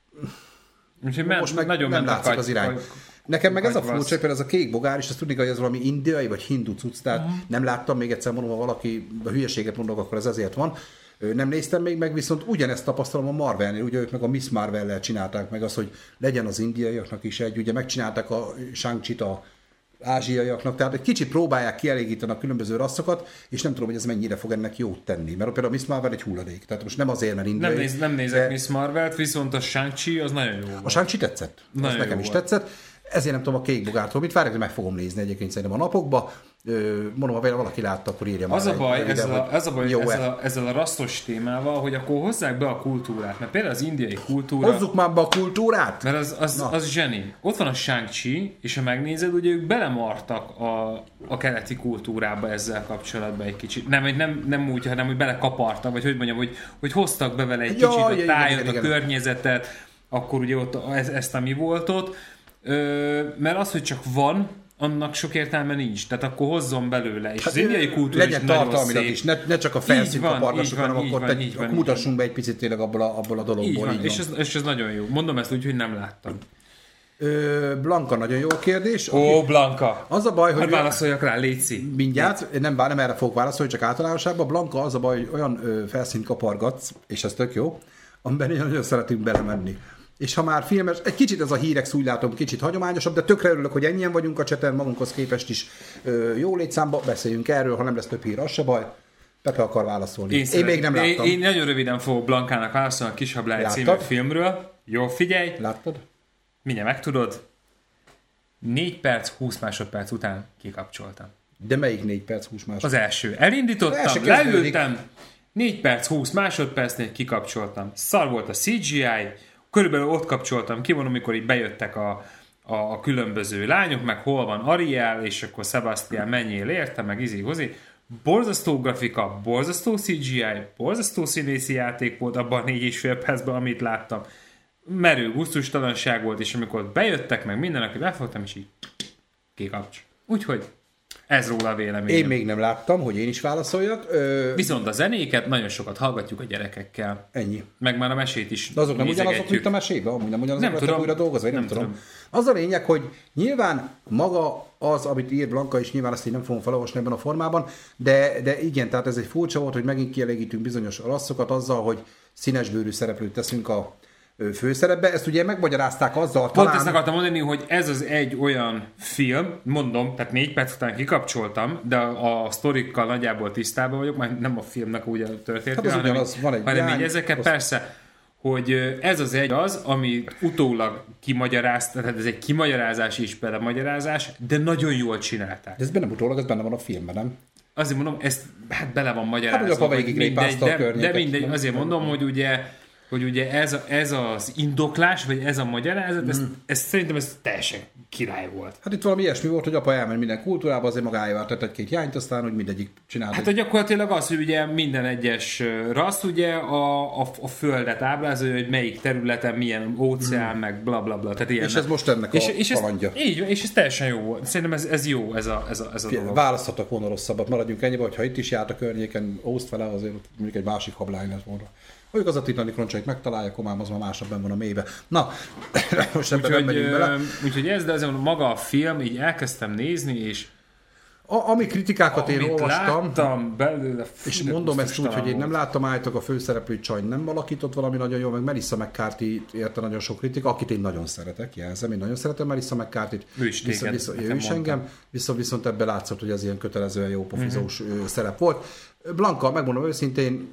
Most meg nagyon nem látszik az irány. Nekem meg ez a furcsa, például ez a Kék Bogár, és azt tudni, hogy ez valami indiai vagy hindu cucc, tehát nem láttam, még egyszer mondom, ha valaki a hülyeséget mondok, akkor ez ezért van. Nem néztem még meg, viszont ugyanezt tapasztalom a Marvelnél, ugye ők meg a Miss Marvel-lel csinálták meg azt, hogy legyen az indiaiaknak is egy, ugye megcsinálták a Shang-Chi-t a ázsiaiaknak, tehát egy kicsit próbálják kielégíteni a különböző rasszokat, és nem tudom, hogy ez mennyire fog ennek jót tenni. Mert például a Miss Marvel egy hulladék, tehát most nem azért, mert indiai. Nem nézek Miss Marvelt, viszont a Shang-Chi az nagyon jó volt. A Shang-Chi tetszett, az nekem is tetszett. Ezért nem tudom a Kék Bogártól mit várják, de meg fogom nézni egyébként szerintem a napokba. Mondom, ha valaki látta, akkor írja már. Az a baj ezzel a rasszos témával, hogy akkor hozzák be a kultúrát. Mert például az indiai kultúra... Hozzuk már be a kultúrát! Mert az zseni. Ott van a Shang-Chi, és ha megnézed, ugye ők belemartak a keleti kultúrába ezzel kapcsolatban egy kicsit. Nem úgy, hanem hogy belekapartak, vagy hogy mondjam, hogy hoztak be vele egy kicsit a tájat, a környezetet, akkor ugye ott ezt ami volt ott. Mert az, hogy csak van, annak sok értelme nincs. Tehát akkor hozzon belőle. És az indiai kultúra legyen tartalmilag is. Ne csak a felszínt kapargassuk, hanem akkor mutassunk be egy picit tényleg abból a dologból. Így van. És ez nagyon jó. Mondom ezt úgy, hogy nem láttam. Blanka nagyon jó kérdés. Blanka. Az a baj, hogy... válaszoljak rá, létszi. Mindjárt, nem erre fogok válaszolni, csak általánosságban. Blanka, az a baj, hogy olyan felszínt kapargatsz, és ez tök jó, amiben nagyon szeretünk belemenni. És ha már filmes, egy kicsit ez a hírek úgy látom, kicsit hagyományosabb, de tökre örülök, hogy ennyien vagyunk a cseten, magunkhoz képest is jó létszámba, beszéljünk erről, ha nem lesz több hír, az se baj. Pepe akar válaszolni. Én még nem láttam. Én nagyon röviden fogok Blankának válaszolni a Kishablány című filmről. Jó, figyelj! Láttad? Mindjárt megtudod. 4 perc, 20 másodperc után kikapcsoltam. De melyik 4 perc, 20 másodperc? Az első. Elindítottam, leültem, 4 perc, 20 másodpercnél kikapcsoltam. Szar volt a CGI, körülbelül ott kapcsoltam ki, mondom, amikor így bejöttek a különböző lányok, meg hol van Ariel, és akkor Sebastian menjél érte, meg izi-hozi. Borzasztó grafika, borzasztó CGI, borzasztó színészi játék volt abban a 4,5 percben, amit láttam. Merő gusztustalanság volt, és amikor bejöttek, meg minden, aki befogtam, és így kikapcs. Úgyhogy ez róla a véleményem. Én még nem láttam, hogy én is válaszoljak. Viszont a zenéket nagyon sokat hallgatjuk a gyerekekkel. Ennyi. Meg már a mesét is. De azok nem ugyanazok, mint a mesében? Amúgy nem ugyanazok, nem tudom. Újra dolgozva? Én nem tudom. Az a lényeg, hogy nyilván maga az, amit ír Blanka, és nyilván ezt így nem fogom felolvasni ebben a formában, de igen, tehát ez egy furcsa volt, hogy megint kielégítünk bizonyos rasszokat azzal, hogy színesbőrű szereplőt teszünk a főszerepbe. Ezt ugye megmagyarázták azzal talán... Pont ezt akartam mondani, hogy ez az egy olyan film, mondom, tehát 4 perc után kikapcsoltam, de a sztorikkal nagyjából tisztában vagyok, már nem a filmnek úgy a történet, hát hanem így ezeket persze, hogy ez az egy az, ami utólag kimagyarázta, tehát ez egy kimagyarázás és belemagyarázás, de nagyon jól csinálták. De ez nem utólag, ez benne van a filmben, nem? Azért mondom, ezt hát bele van magyarázva. Hát ugye a végig de mindegy, azért mondom, hogy ugye ez az indoklás, vagy ez a magyarázat, ez szerintem ez teljesen király volt. Hát itt valami ilyesmi volt, hogy apa elmegy minden kultúrába, azért magáévá tett egy-két jányt, aztán hogy mindegyik csinált. Hát gyakorlatilag az, hogy ugye minden egyes rassz ugye a földet ábrázolja, hogy melyik területen milyen óceán, meg bla bla bla. Tehát és ez most ennek a kalandja. Így, és ez teljesen jó volt. Szerintem ez jó, ez a dolog. Választhatok volna rosszabbat, maradjunk ennyibe, hogyha itt is járt a környéken, Ószt vele, azért mondjuk egy másik hablány lett volna. Mondjuk az a Titanic roncsait megtalálja, komám az már másabban van a mélybe. Na, most ebben nem megyünk bele. Úgyhogy ez, de azért maga a film, így elkezdtem nézni, és ami kritikákat én olvastam, láttam belőle, és mondom ezt úgy, hogy én nem láttam állítok a főszereplő csaj, nem alakított valami nagyon jól, meg Melissa McCarthy érte nagyon sok kritika, akit én nagyon szeretek, jelzem, én nagyon szeretem Melissa McCarthy-t. Ő is engem, viszont ebben látszott, hogy az ilyen kötelezően jó pofizós szerep volt. Blanka, megmondom őszintén,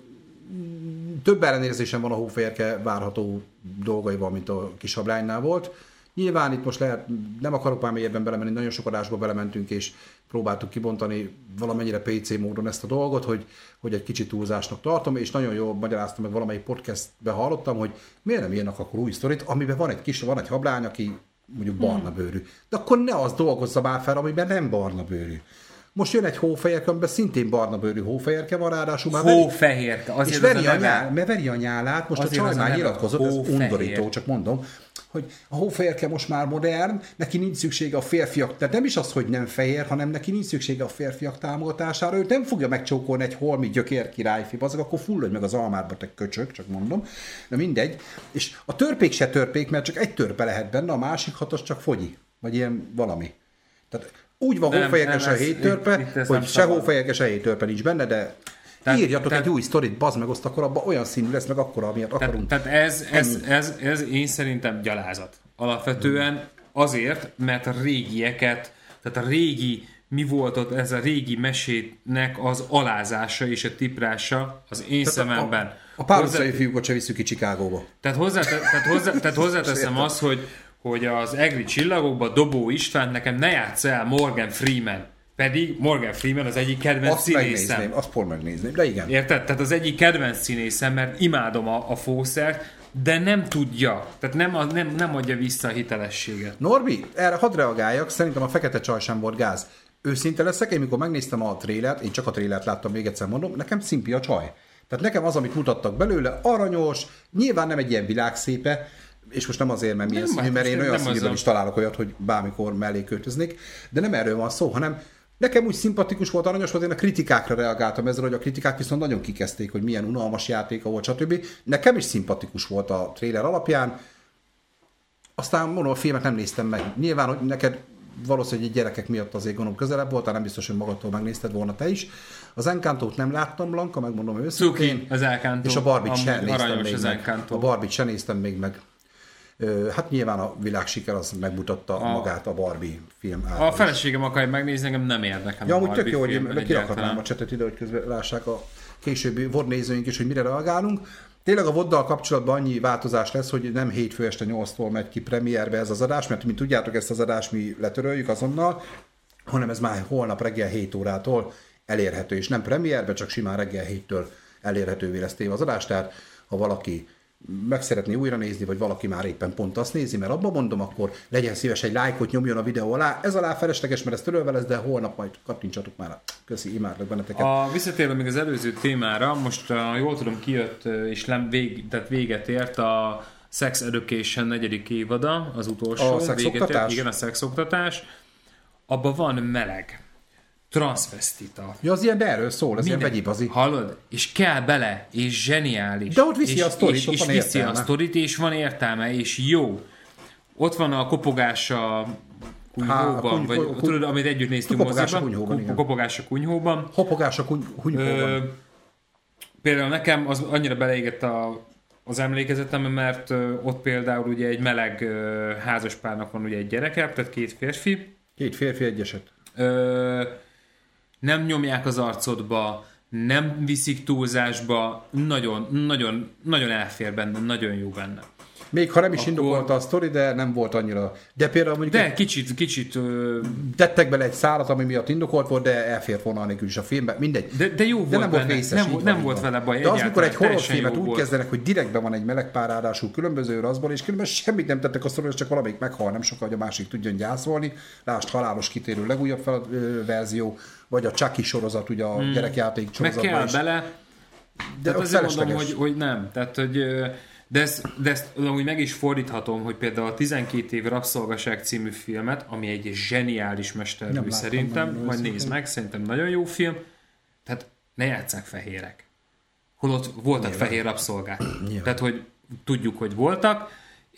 több ellenérzésem van a Hófehérke várható dolgaival, mint a kis hablánynál volt. Nyilván itt most lehet, nem akarok már mélyebben belemenni, nagyon sok adásba belementünk, és próbáltuk kibontani valamennyire PC módon ezt a dolgot, hogy egy kicsit túlzásnak tartom, és nagyon jól magyaráztam meg valamelyik podcastben hallottam, hogy miért nem írnak akkor új sztorit, amiben van egy hablány, aki mondjuk barna bőrű. De akkor ne az dolgozza már fel, amiben nem barna bőrű. Most jön egy hófehérke, amiben szintén barna bőrű hófehérke van, ráadásul már hófehérke, és veri a nyálát, most azért a csaj már nyilatkozott, ez undorító, csak mondom, hogy a hófehérke most már modern, neki nincs szüksége a férfiak, tehát nem is az, hogy nem fehér, hanem neki nincs szüksége a férfiak támogatására, ő nem fogja megcsókolni egy holmi gyökér királyfi, azok akkor fulladj meg az almádba, te köcsög, csak mondom, de mindegy, és a törpék se törpék, mert csak egy törpe lehet benne, a másik hatos csak fogyi, vagy ilyen valami. Tehát úgy van hófehérke se 7 törpe, hogy se hófehérke se 7 törpe nincs benne, de írjatok egy új sztorit, bazd meg, azt akkor abban olyan színű lesz, meg akkora, amilyet akarunk. Tehát ez én szerintem gyalázat. Alapvetően azért, mert a régieket, tehát a régi, mi volt ott, ez a régi mesének az alázása és a tiprása az én szememben. A pár utcai fiúkat se visszük ki Chicagóba. Tehát hozzáteszem azt, hogy az egri csillagokban Dobó István nekem ne játsz el Morgan Freeman. Pedig Morgan Freeman az egyik kedvenc színészem. Azt pont megnézném, de igen. Érted? Tehát az egyik kedvenc színészem, mert imádom a fószert, de nem tudja. Tehát nem adja vissza a hitelességet. Norbi, erre hadd reagáljak, szerintem a fekete csaj sem volt gáz. Őszinte leszek, én mikor megnéztem a trélert, én csak a trélert láttam, még egyszer mondom, nekem szimpi a csaj. Tehát nekem az, amit mutattak belőle, aranyos, nyilván nem egy ilyen világszépe, és most nem azért, mert milyen színű, mert én olyan színűben is találok olyat, hogy bármikor mellé költöznék, de nem erről van szó, hanem nekem úgy szimpatikus volt, aranyos volt, én a kritikákra reagáltam ezzel, hogy a kritikák viszont nagyon kikezdték, hogy milyen unalmas játéka volt, stb. Nekem is szimpatikus volt a trailer alapján, aztán mondom, a filmet nem néztem meg. Nyilván, hogy neked valószínűleg egy gyerekek miatt azért gondolom közelebb voltál, nem biztos, hogy magadtól megnézted volna te is. Az Encantót nem láttam, Blanka, megmondom őszintén. Cuki, az Encanto. És a Barbie-t sem néztem még meg. A Barbie-t sem néztem még meg. Hát nyilván a világsiker az megmutatta magát a Barbie film által. A feleségem akarja megnézni, engem nem érdekel. Ja, amúgy tök jó, hogy kirakhatnám a csetet ide, hogy közben lássák a későbbi VOD nézőink is, hogy mire reagálunk. Tényleg a VOD-dal kapcsolatban annyi változás lesz, hogy nem hétfő este 8-tól megy ki premierbe ez az adás, mert mint tudjátok, ezt az adást mi letöröljük azonnal, hanem ez már holnap reggel 7 órától elérhető, és nem premierbe, csak simán reggel 7-től elérhetővé lesz téve az adás, tehát ha valaki meg szeretné újra nézni, vagy valaki már éppen pont azt nézi, mert abban mondom, akkor legyen szíves egy lájkot nyomjon a videó alá. Ez alá felesleges, mert ez törölve lesz, de holnap majd kattintsatok már. Köszi, imádlak benneteket. Visszatérve még az előző témára, most jól tudom kijött, és tehát véget ért a Sex Education 4. évada, az utolsó. A szexoktatás? Igen, a szexoktatás. Abban van meleg. Transvestita. Ja, az ilyen, de erről szól, ez ilyen vegyibazi. Hallod? És kell bele, és zseniális. De ott viszi a sztorit, és viszi a sztorit, és van értelme, és jó. Ott van a kopogás a kunyhóban, vagy tudod, amit együtt néztünk moziban. Kopogás a kunyhóban. Hopogás a kunyhóban. Például nekem az annyira beleégett az emlékezetem, mert ott például ugye egy meleg házaspárnak van ugye egy gyereke, tehát 2 férfi. 2 férfi, egy eset. Nem nyomják az arcodba, nem viszik túlzásba, nagyon elfér benne, nagyon jó benne. Még ha nem is indokolta a sztori, de nem volt annyira. De például mondjuk... De kicsit... Tettek bele egy szálat, ami miatt indokolt volt, de elfért volna nélkül is a filmben. Mindegy. De jó volt nem benne. Volt vészes, nem volt vele baj. De az, mikor egy horrorfilmet úgy kezdenek, hogy direktben van egy meleg ráadásul különböző rasszból, és különben semmit nem tettek a sztorihoz, csak valamelyik meghal, nem sokkal, hogy a másik tudjon gyászolni. Lásd, halálos kitérő legújabb verzió, vagy a Chucky sorozat, ugye a gyerekjáték sorozatban. Meg kell bele. De azért mondom, hogy nem. Tehát, hogy... De ezt úgy meg is fordíthatom, hogy például a 12 év rabszolgaság című filmet, ami egy zseniális mestermű szerintem, majd nézd meg, szerintem nagyon jó film, tehát ne játsszák fehérek. Holott voltak fehér rabszolgák. Tehát, hogy tudjuk, hogy voltak,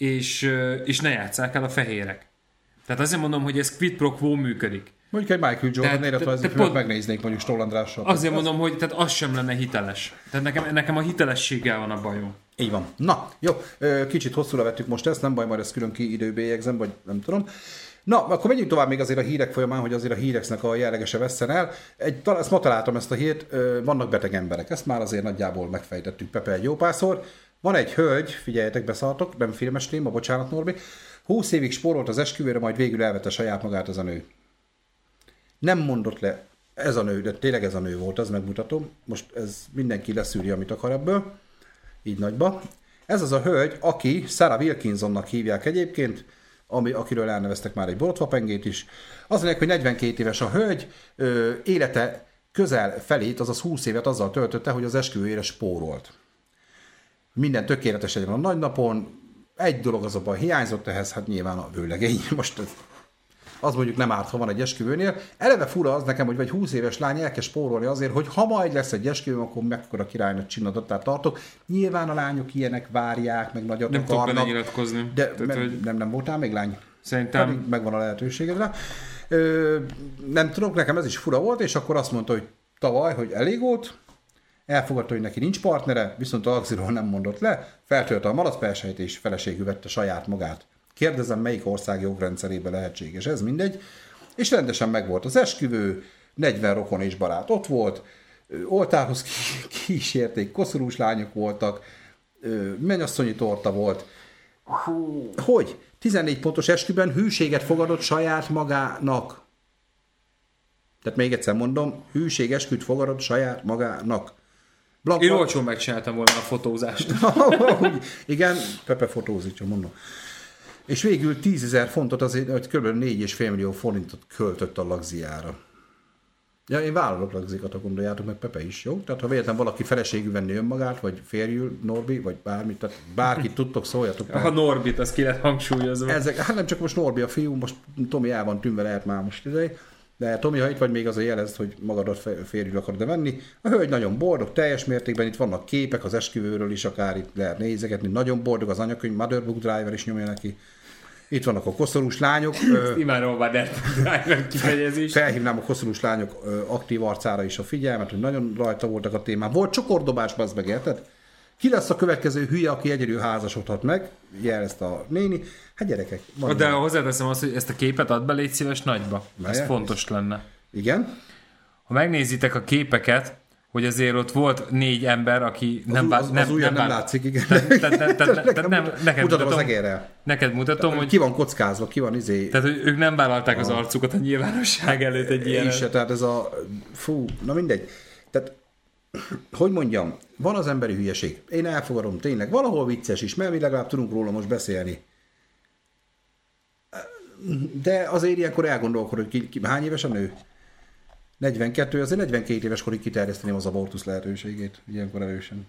és ne játsszák el a fehérek. Tehát azért mondom, hogy ez quid pro quo működik. Mondjuk egy Michael Jordan életrajzi filmet megnéznék mondjuk Stoll Andrással. Azért mondom, hogy tehát az sem lenne hiteles. Tehát nekem a hitelességgel van a bajom. Így van. Na, jó, kicsit hosszúra vettük most ezt, nem baj, majd ezt külön kiidőbélyegzem, vagy nem tudom. Na, akkor menjünk tovább még azért a hírek folyamán, hogy azért a híreknek a jellegese vesszen el. Ezt ma találtam ezt a hírt, vannak beteg emberek, ezt már azért nagyjából megfejtettük Pepe egy jó párszor. Van egy hölgy, figyeljetek, beszartok, nem filmes téma, bocsánat Norbi, 20 évig spórolt az esküvőre, majd végül elvette saját magát az a nő. Nem mondott le, ez a nő, de tényleg ez a nő volt, az megmutatom. Most ez mindenki leszűri, amit akar ebből. Így nagyba. Ez az a hölgy, aki Sarah Wilkinsonnak hívják egyébként, akiről elneveztek már egy borotvapengét is. Az mondják, hogy 42 éves a hölgy, élete közel felét, azaz 20 évet azzal töltötte, hogy az esküvőjére spórolt. Minden tökéletes legyen a nagynapon. Egy dolog azonban hiányzott ehhez, hát nyilván a vőlegény. Most az mondjuk nem árt, ha van egy esküvőnél. Eleve fura az nekem, hogy vagy 20 éves lány elkezd spórolni azért, hogy ha majd lesz egy esküvő, akkor mekkora királynak csinadattát tartok. Nyilván a lányok ilyenek várják, meg nagyot nem akarnak. Nem tudok nyilatkozni. De nem voltál még lány? Szerintem. Pedig megvan a lehetőséged rá. Nem tudok, nekem ez is fura volt, és akkor azt mondta, hogy tavaly, hogy elég volt, elfogadta, hogy neki nincs partnere, viszont a Axiról nem mondott le, feltölte a malacperselyt és feleségül vette saját magát. Kérdezem, melyik ország jogrendszerében lehetséges, ez mindegy. És rendesen megvolt az esküvő, 40 rokon és barát ott volt, oltárhoz kísérték, koszorús lányok voltak, mennyasszonyi torta volt. Hogy? 14 pontos esküvőben hűséget fogadott saját magának. Tehát még egyszer mondom, hűségesküt fogadott saját magának. Én olcsón megcsináltam volna a fotózást. Igen, Pepe fotózik, mondom. És végül 10 000 fontot, azért, hogy kb. 4,5 millió forintot költött a lagziára. Ja, én vállalok lagzikat, gondoljátok meg, Pepe is, jó? Tehát ha véletlen valaki feleségül venni önmagát, vagy férjül, Norbi, vagy bármit, tehát bárkit tudtok, szóljatok. Ha Norbit, az ki lett hangsúlyozva. Hát nem csak most Norbi a fiú, most Tomi el van tűnve, lehet már most idej. De Tomi, ha itt vagy, még azért jelezd, hogy magadat férjül akarod venni. A hölgy nagyon boldog, teljes mértékben, itt vannak képek az esküvőről is, akár itt lehet nézegetni. Nagyon boldog az anyakönyv, Motherbook Driver is nyomja neki. Itt vannak a koszorús lányok. Imádom a Motherbook Driver kifejezést. Felhívnám a koszorús lányok aktív arcára is a figyelmet, hogy nagyon rajta voltak a témán. Volt csokordobás, bazd meg, érted? Ki lesz a következő hülye, aki egyedül házasodhat meg? Jelezd a néni. Hát gyerekek. De hozzáteszem azt, hogy ezt a képet add be, légy szíves nagyba. Ez fontos lenne. Igen? Ha megnézitek a képeket, hogy azért ott volt 4 ember, aki nem látszik, igen. Mutatom az egérrel. Neked mutatom, hogy... Ki van kockázva, ki van izé... Tehát, hogy ők nem vállalták az arcukat a nyilvánosság előtt egy ilyen... Tehát ez a... na mindegy. Tehát hogy mondjam, van az emberi hülyeség. Én elfogadom tényleg. Valahol vicces is, mert mi legalább tudunk róla most beszélni. De azért ilyenkor elgondolkod, hogy hány éves a nő? 42, azért 42 éves korig kiterjeszteni az abortusz lehetőségét. Ilyenkor erősen.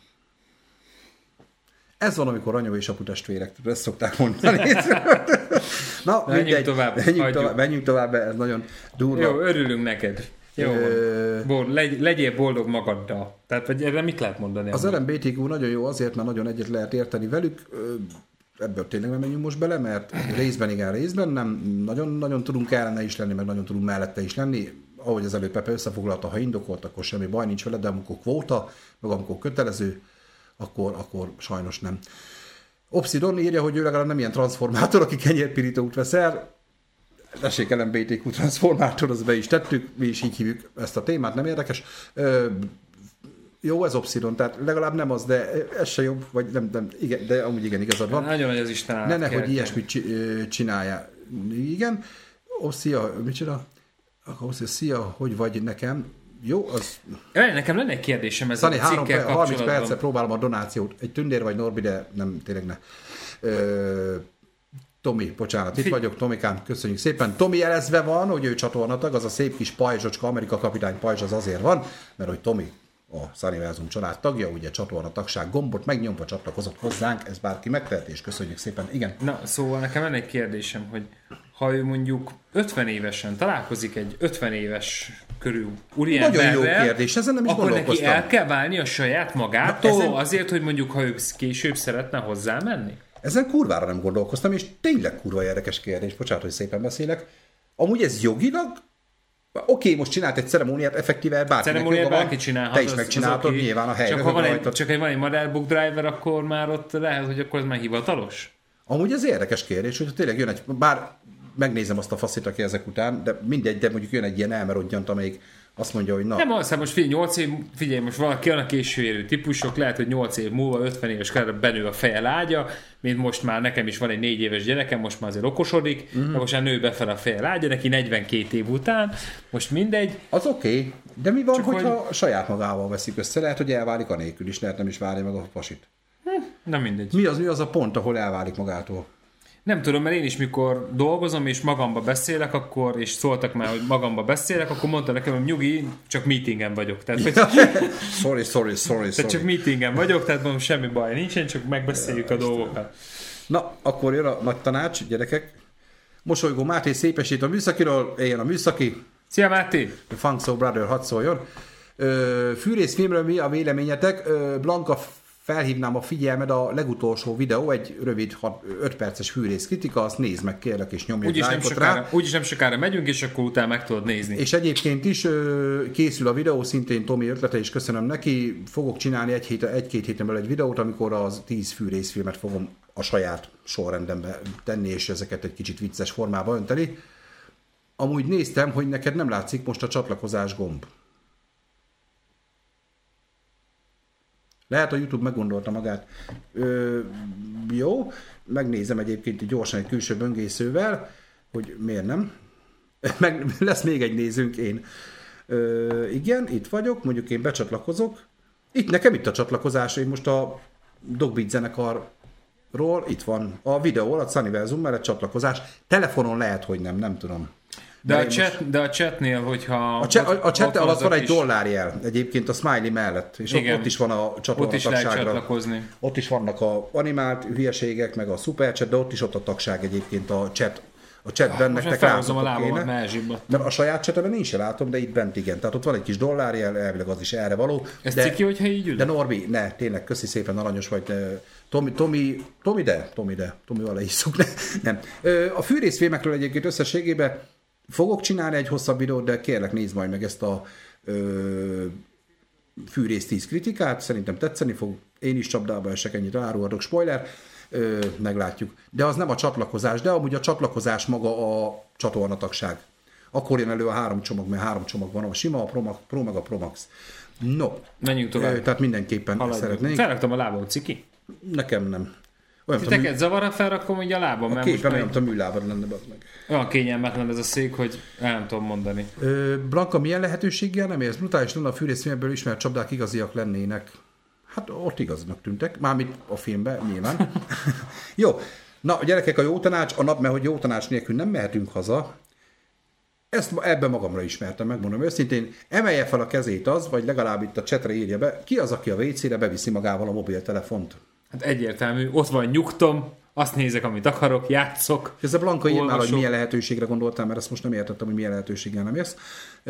Ez van, amikor anya és apu testvérek. Ezt szokták mondani. Na, menjünk tovább. Menjünk tovább, ez nagyon durva. Jó, örülünk neked. Jó, legyél boldog magaddal. Tehát, vagy erre mit lehet mondani? Az LMBTQ nagyon jó azért, mert nagyon egyet lehet érteni velük. Ebből tényleg nem menjünk most bele, mert részben igen, részben nem. Nagyon tudunk ellene is lenni, meg nagyon tudunk mellette is lenni. Ahogy az előbb Pepe összefoglalta, ha indokolt, akkor semmi baj nincs vele, de amikor kvóta, meg amikor kötelező, akkor sajnos nem. Obsidon írja, hogy ő legalább nem ilyen transformátor, aki kenyérpirítót vesz el. Tessék, LMBTQ transformátor, azt be is tettük, mi is így hívjuk ezt a témát, nem érdekes. Jó, ez Obsidon, tehát legalább nem az, de ez se jobb, vagy nem igen, de amúgy igen, igazad van. Nagyon nagy az Isten állat. Hogy ilyesmit csinálja. Igen. Szia, mit csinál? Szia, hogy vagy nekem? Jó, az... Nekem lenne egy kérdésem ezzel a cikkel kapcsolatban. 30 percre próbálom a donációt. Egy tündér vagy Norbi, de nem, tényleg ne. Tomi, bocsánat, itt vagyok, Tomikám, köszönjük szépen. Tomi jelezve van, hogy ő csatornatag, az a szép kis pajzsocska, Amerika kapitány pajzs az azért van, mert hogy Tomi a Sunnyversum család tagja, ugye csatornatagság gombot megnyomva csatlakozott hozzánk, ez bárki megteheti, és köszönjük szépen. Igen. Na, szóval nekem lenne egy kérdésem, hogy ha ő mondjuk 50 évesen találkozik egy 50 éves körül úriemberrel, nagyon jó kérdés, ezen nem is akkor gondolkoztam. neki el kell válni a saját magától azért, hogy mondjuk ha ő később szeretne hozzá menni? Ezen kurvára nem gondolkoztam, és tényleg kurva érdekes kérdés, bocsánat, hogy szépen beszélek. Amúgy ez jogilag? Oké, most csinált egy ceremóniát, effektíve bárkinek joga van. Te is megcsináltad, nyilván a helyre. Csak van egy Motherbook driver, akkor már ott lehet, hogy akkor ez már hivatalos? Amúgy ez érdekes kérdés, hogyha tényleg jön egy, bár megnézem azt a faszit, aki ezek után, de mindegy, de mondjuk jön egy ilyen elmerodjant, amelyik azt mondja, hogy na. Nem, azt most figyelj, most valaki olyan a későérő típusok, lehet, hogy 8 év múlva, 50 éves korában benő a feje lágya, mint most már nekem is van egy 4 éves gyerekem, most már azért okosodik, de most már nő befele a feje lágya, neki 42 év után, most mindegy. Az oké, de mi van, hogyha saját magával veszik össze? Lehet, hogy elválik anélkül is, lehet nem is várja meg a pasit. Nem mindegy. Mi az a pont, ahol elválik magától? Nem tudom, mert én is mikor dolgozom és magamba beszélek, akkor, és szóltak már, hogy magamba beszélek, akkor mondta nekem, hogy nyugi, csak meetingen vagyok. Tehát, hogy... sorry. Tehát csak meetingen vagyok, tehát mondom, semmi baj nincsen, csak megbeszéljük a dolgokat. Na, akkor jön a nagy tanács, gyerekek. Mosolygó Máté szépesít a műszakiról, éljen a műszaki. Szia Máté! A Funk Soul Brother, hadd szóljon. Fűrészfilmről mi a véleményetek? Blanka, felhívnám a figyelmed a legutolsó videó, egy rövid 5 perces fűrész kritika, azt nézd meg kérlek és nyomj egy lájkot rá. Úgyis nem sokára megyünk, és akkor utána meg tudod nézni. És egyébként is készül a videó, szintén Tomi ötlete, és köszönöm neki. Fogok csinálni egy-két héten belül egy videót, amikor az 10 fűrészfilmet fogom a saját sorrendembe tenni, és ezeket egy kicsit vicces formába önteni. Amúgy néztem, hogy neked nem látszik most a csatlakozás gomb. Lehet a YouTube meggondolta magát. Jó, megnézem egyébként gyorsan egy külső böngészővel, hogy miért nem. Lesz még egy nézőnk, én. Igen, itt vagyok, mondjuk én becsatlakozok. Nekem itt a csatlakozás, én most a Dogbeat zenekarról, itt van a videó alatt, Sunnyversum mellett csatlakozás. Telefonon lehet, hogy nem tudom. De a chatnél, hogyha... A chat alatt van egy dollárjel, egyébként a smiley mellett, és ott is van a csatornatagságra. Ott is lehet csatlakozni. Ott is vannak a animált hülyeségek, meg a superchat, de ott is ott a tagság egyébként a chatben. Most felhozom a lábamat, ne elzsibbat. A saját chatemben nincs, se látom, de itt bent igen. Tehát ott van egy kis dollárjel, elvileg az is erre való. Ez ciki, hogyha így ül? De Norbi, ne, tényleg, köszi szépen, aranyos vagy. Tomival lehisszuk, nem. A fűrészfilmekről egyébként összességében fogok csinálni egy hosszabb videót, de kérlek nézd majd meg ezt a fűrész 10 kritikát, szerintem tetszeni fog, én is csapdába esek, ennyit árulhatok, spoiler, meglátjuk. De az nem a csatlakozás, de amúgy a csatlakozás maga a csatornatagság. Akkor jön elő a 3 csomag, mert 3 csomag van, a sima, a Pro meg a Pro Max. No. Menjünk tovább. Tehát mindenképpen szeretnénk. Felraktam a lábam, ciki? Nekem nem. Titeket zavar, felrakom így a lábam. A képen olyan, mint a műlábad lenne meg. Olyan kényelmetlen ez a szék, hogy nem tudom mondani. Blanka, milyen lehetőséggel nem érsz? Brutális lenne a fűrészfilmből ismert csapdák igaziak lennének. Hát ott igaznak tűntek. Mármint a filmben, nyilván. Jó. Na, gyerekek, a jó tanács, a nap, mert hogy jó tanács nélkül nem mehetünk haza. Ebben magamra ismertem, megmondom őszintén. Emelje fel a kezét az, vagy legalább itt a csetre írja be, ki az, aki a WC-re beviszi magával a mobiltelefont. Hát egyértelmű, ott van nyugtom, azt nézek, amit akarok, játszok. Ez a Blanka ír már, hogy milyen lehetőségre gondoltál, mert ezt most nem értettem, hogy milyen lehetőséggel nem érsz.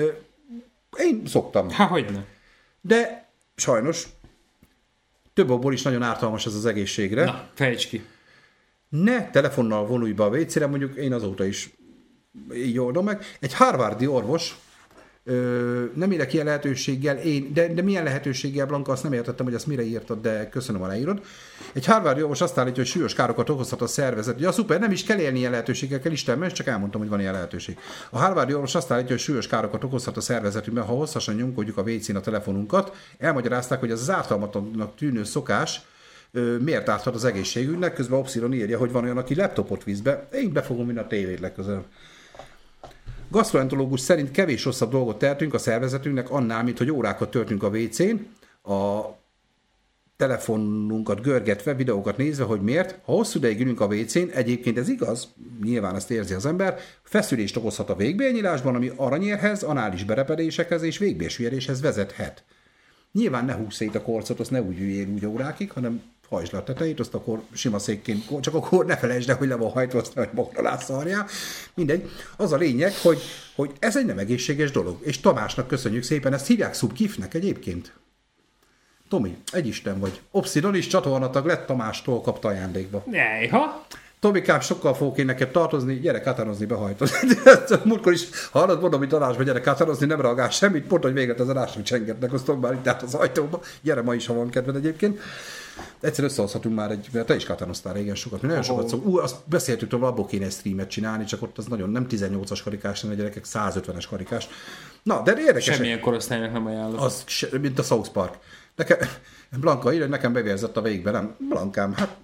Én szoktam. Há, hogyne. De sajnos több abból is nagyon ártalmas ez az egészségre. Na, fejtsd ki. Ne telefonnal vonulj be a WC-re, mondjuk én azóta is így oldom meg. Egy harvardi orvos, nem írek ilyen lehetőséggel, de milyen lehetőséggel, Blanka, azt nem értettem, hogy ezt mire írtad, de köszönöm, ha leírod. Egy harvardi orvos azt állítja, hogy súlyos károkat okozhat a szervezet. Ja, szuper, nem is kell élni ilyen lehetőségekkel, Isten, csak elmondtam, hogy van ilyen lehetőség. A harvardi orvos azt állítja, hogy súlyos károkat okozhat a szervezetünkben, ha hosszasan nyomkodjuk a WC-n a telefonunkat. Elmagyarázták, hogy ez az ártalmatlannak tűnő szokás miért árthat az egészségünknek, közben Opszidon írja, hogy van olyan, aki laptopot visz be. Én befogom minden a tévét legközelebb. Gasztroenterológus szerint kevés rosszabb dolgot tehetünk a szervezetünknek annál, mint hogy órákat töltünk a WC-n, a telefonunkat görgetve, videókat nézve, hogy miért. Ha hosszú ideig ülünk a WC-n, egyébként ez igaz, nyilván ezt érzi az ember, feszülést okozhat a végbélnyílásban, ami aranyérhez, anális berepedésekhez és végbélsüllyedéshez vezethet. Nyilván ne húzz szét a korcot, azt ne úgy üljél úgy órákig, hanem hajtsd le a tetejét, azt akkor sima székként, csak akkor ne felejtsd el, hogy le van hajtva, azt hogy magra látszarjál. Mindegy. Az a lényeg, hogy ez egy nem egészséges dolog. És Tamásnak köszönjük szépen, ezt hívják Subgifnek egyébként. Tomi, egy isten vagy. Opszidon is csatornatag lett, Tamástól kapta ajándékba. Nejha! Tomikám, sokkal fogok én neked tartozni, gyere katározni, behajtozni. Múltkor is hallod, mondom, hogy adásba gyere katározni, nem reagál semmit, pont, hogy véget az adásnak csengetnek, azt már itt át az ajtóba. Gyere ma is, ha van kedved egyébként. Egyszer összehozhatunk már mert te is katánoztál régen sokat, mi nagyon sokat szokunk. Azt beszéltük, hogy abból kéne egy streamet csinálni, csak ott az nagyon nem 18-as karikás, hanem a gyerekek 150-es karikás. Na, de érdekes. Semmilyen korosztálynak nem ajánlom. Az, mint a South Park. Blanka írja, hogy nekem bevérzett a végbe, nem? Blankám, hát...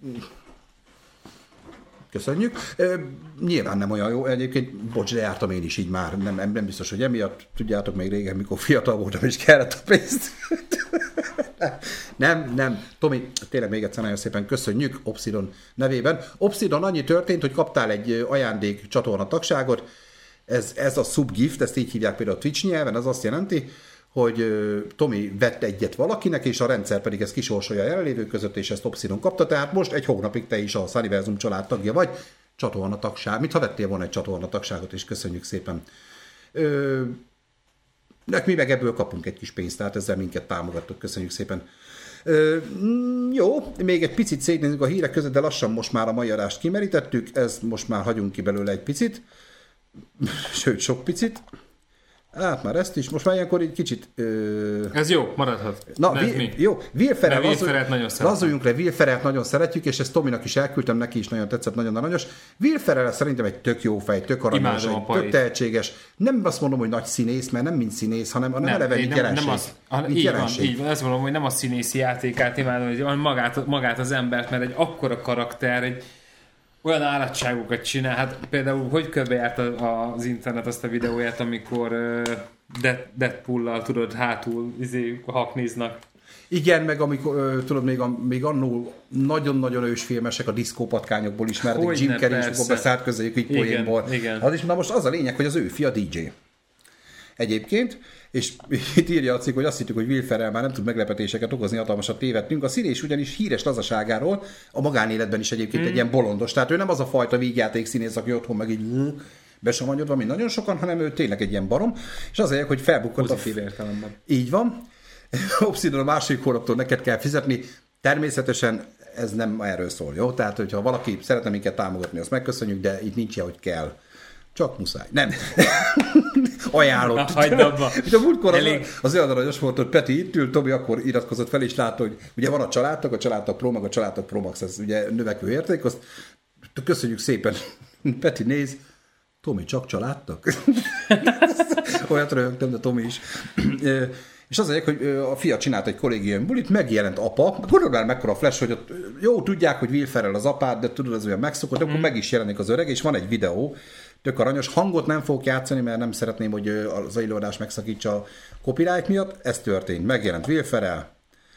Köszönjük. Nyilván nem olyan jó. Egyébként, bocs, de jártam én is így már. Nem biztos, hogy emiatt. Tudjátok, még régen, mikor fiatal voltam, és kellett a pénzt. Nem. Tomi, tényleg még egyszer nagyon szépen köszönjük Opszidon nevében. Opszidon, annyi történt, hogy kaptál egy ajándék csatorna tagságot. Ez a subgift, ezt így hívják például a Twitch nyelven, az azt jelenti, hogy Tomi vett egyet valakinek, és a rendszer pedig ezt kisorsolja a jelenlévők között, és ezt Opszidon kapta, tehát most egy hónapig te is a Sunniversum család tagja vagy, csatornatagság, mintha vettél volna egy csatornatagságot, és köszönjük szépen. Mi meg ebből kapunk egy kis pénzt, tehát ezzel minket támogattok, köszönjük szépen. Jó, még egy picit szétnézzük a hírek között, de lassan most már a mai adást kimerítettük, ezt most már hagyunk ki belőle egy picit, sőt, sok picit. Hát már ezt is, most már ilyenkor egy kicsit... Ez jó, maradhat. Na, jó, Will Ferrell nagyon lazuljunk le, Will Ferrellt nagyon szeretjük, és ezt Tominak is elküldtem, neki is nagyon tetszett, nagyon aranyos. Will Ferrell szerintem egy tök jó fej, tök aranyos, tök tehetséges. Nem azt mondom, hogy nagy színész, mert nem mint színész, hanem eleve mint jelenség. Így van, azt mondom, hogy nem a színészi játékát imádom, hogy magát az embert, mert egy akkora karakter, egy olyan állatságokat csinál, hát például hogy körbejárt az internet azt a videóját, amikor Deadpool-lal, tudod, hátul hakniznak. Igen, meg amikor, tudod, még annól nagyon-nagyon ősfilmesek a diszkópatkányokból ismertek, Jim Carrey is, akkor beszállt közéjük így poénból. Az is, na most az a lényeg, hogy az ő fia DJ. Egyébként, és itt írja a cikk, hogy azt hittük, hogy Will Ferrell már nem tud meglepetéseket okozni, hatalmasat tévedtünk. A színés ugyanis híres lazaságáról, a magánéletben is egyébként egy ilyen bolondos. Tehát ő nem az a fajta vígjáték színész, aki otthon meg így besamanyodva, mint nagyon sokan, hanem ő tényleg egy ilyen barom. És azért, hogy felbukkant a értelemben. Így van. Opszidon a második hónaptól neked kell fizetni. Természetesen ez nem erről szól, jó? Tehát, hogyha valaki szeretne minket támogatni, azt megköszönjük, de itt nincs ilyen, hogy kell. Csak muszáj. Nem. Ajánlott. Hagyd abba. A múltkor az olyan aranyos volt, hogy Peti itt ült, Tomi akkor iratkozott fel, és látta, hogy ugye van a Családtag Pro, meg a Családtag Pro Max, ez ugye növekvő érték, azt köszönjük szépen. Peti néz, Tomi csak családtag? Olyat röhögtem, de Tomi is. És az egyik, hogy a fia csinált egy kollégium bulit, megjelent apa, gondolod el mekkora flash, hogy ott, jó, tudják, hogy Will Ferrell az apád, de tudod, az olyan megszokott, akkor meg is jelenik az öreg, és van egy videó, tök aranyos, hangot nem fogok játszani, mert nem szeretném, hogy az előadás megszakítsa a copyright miatt, ez történt, megjelent Will Ferrell,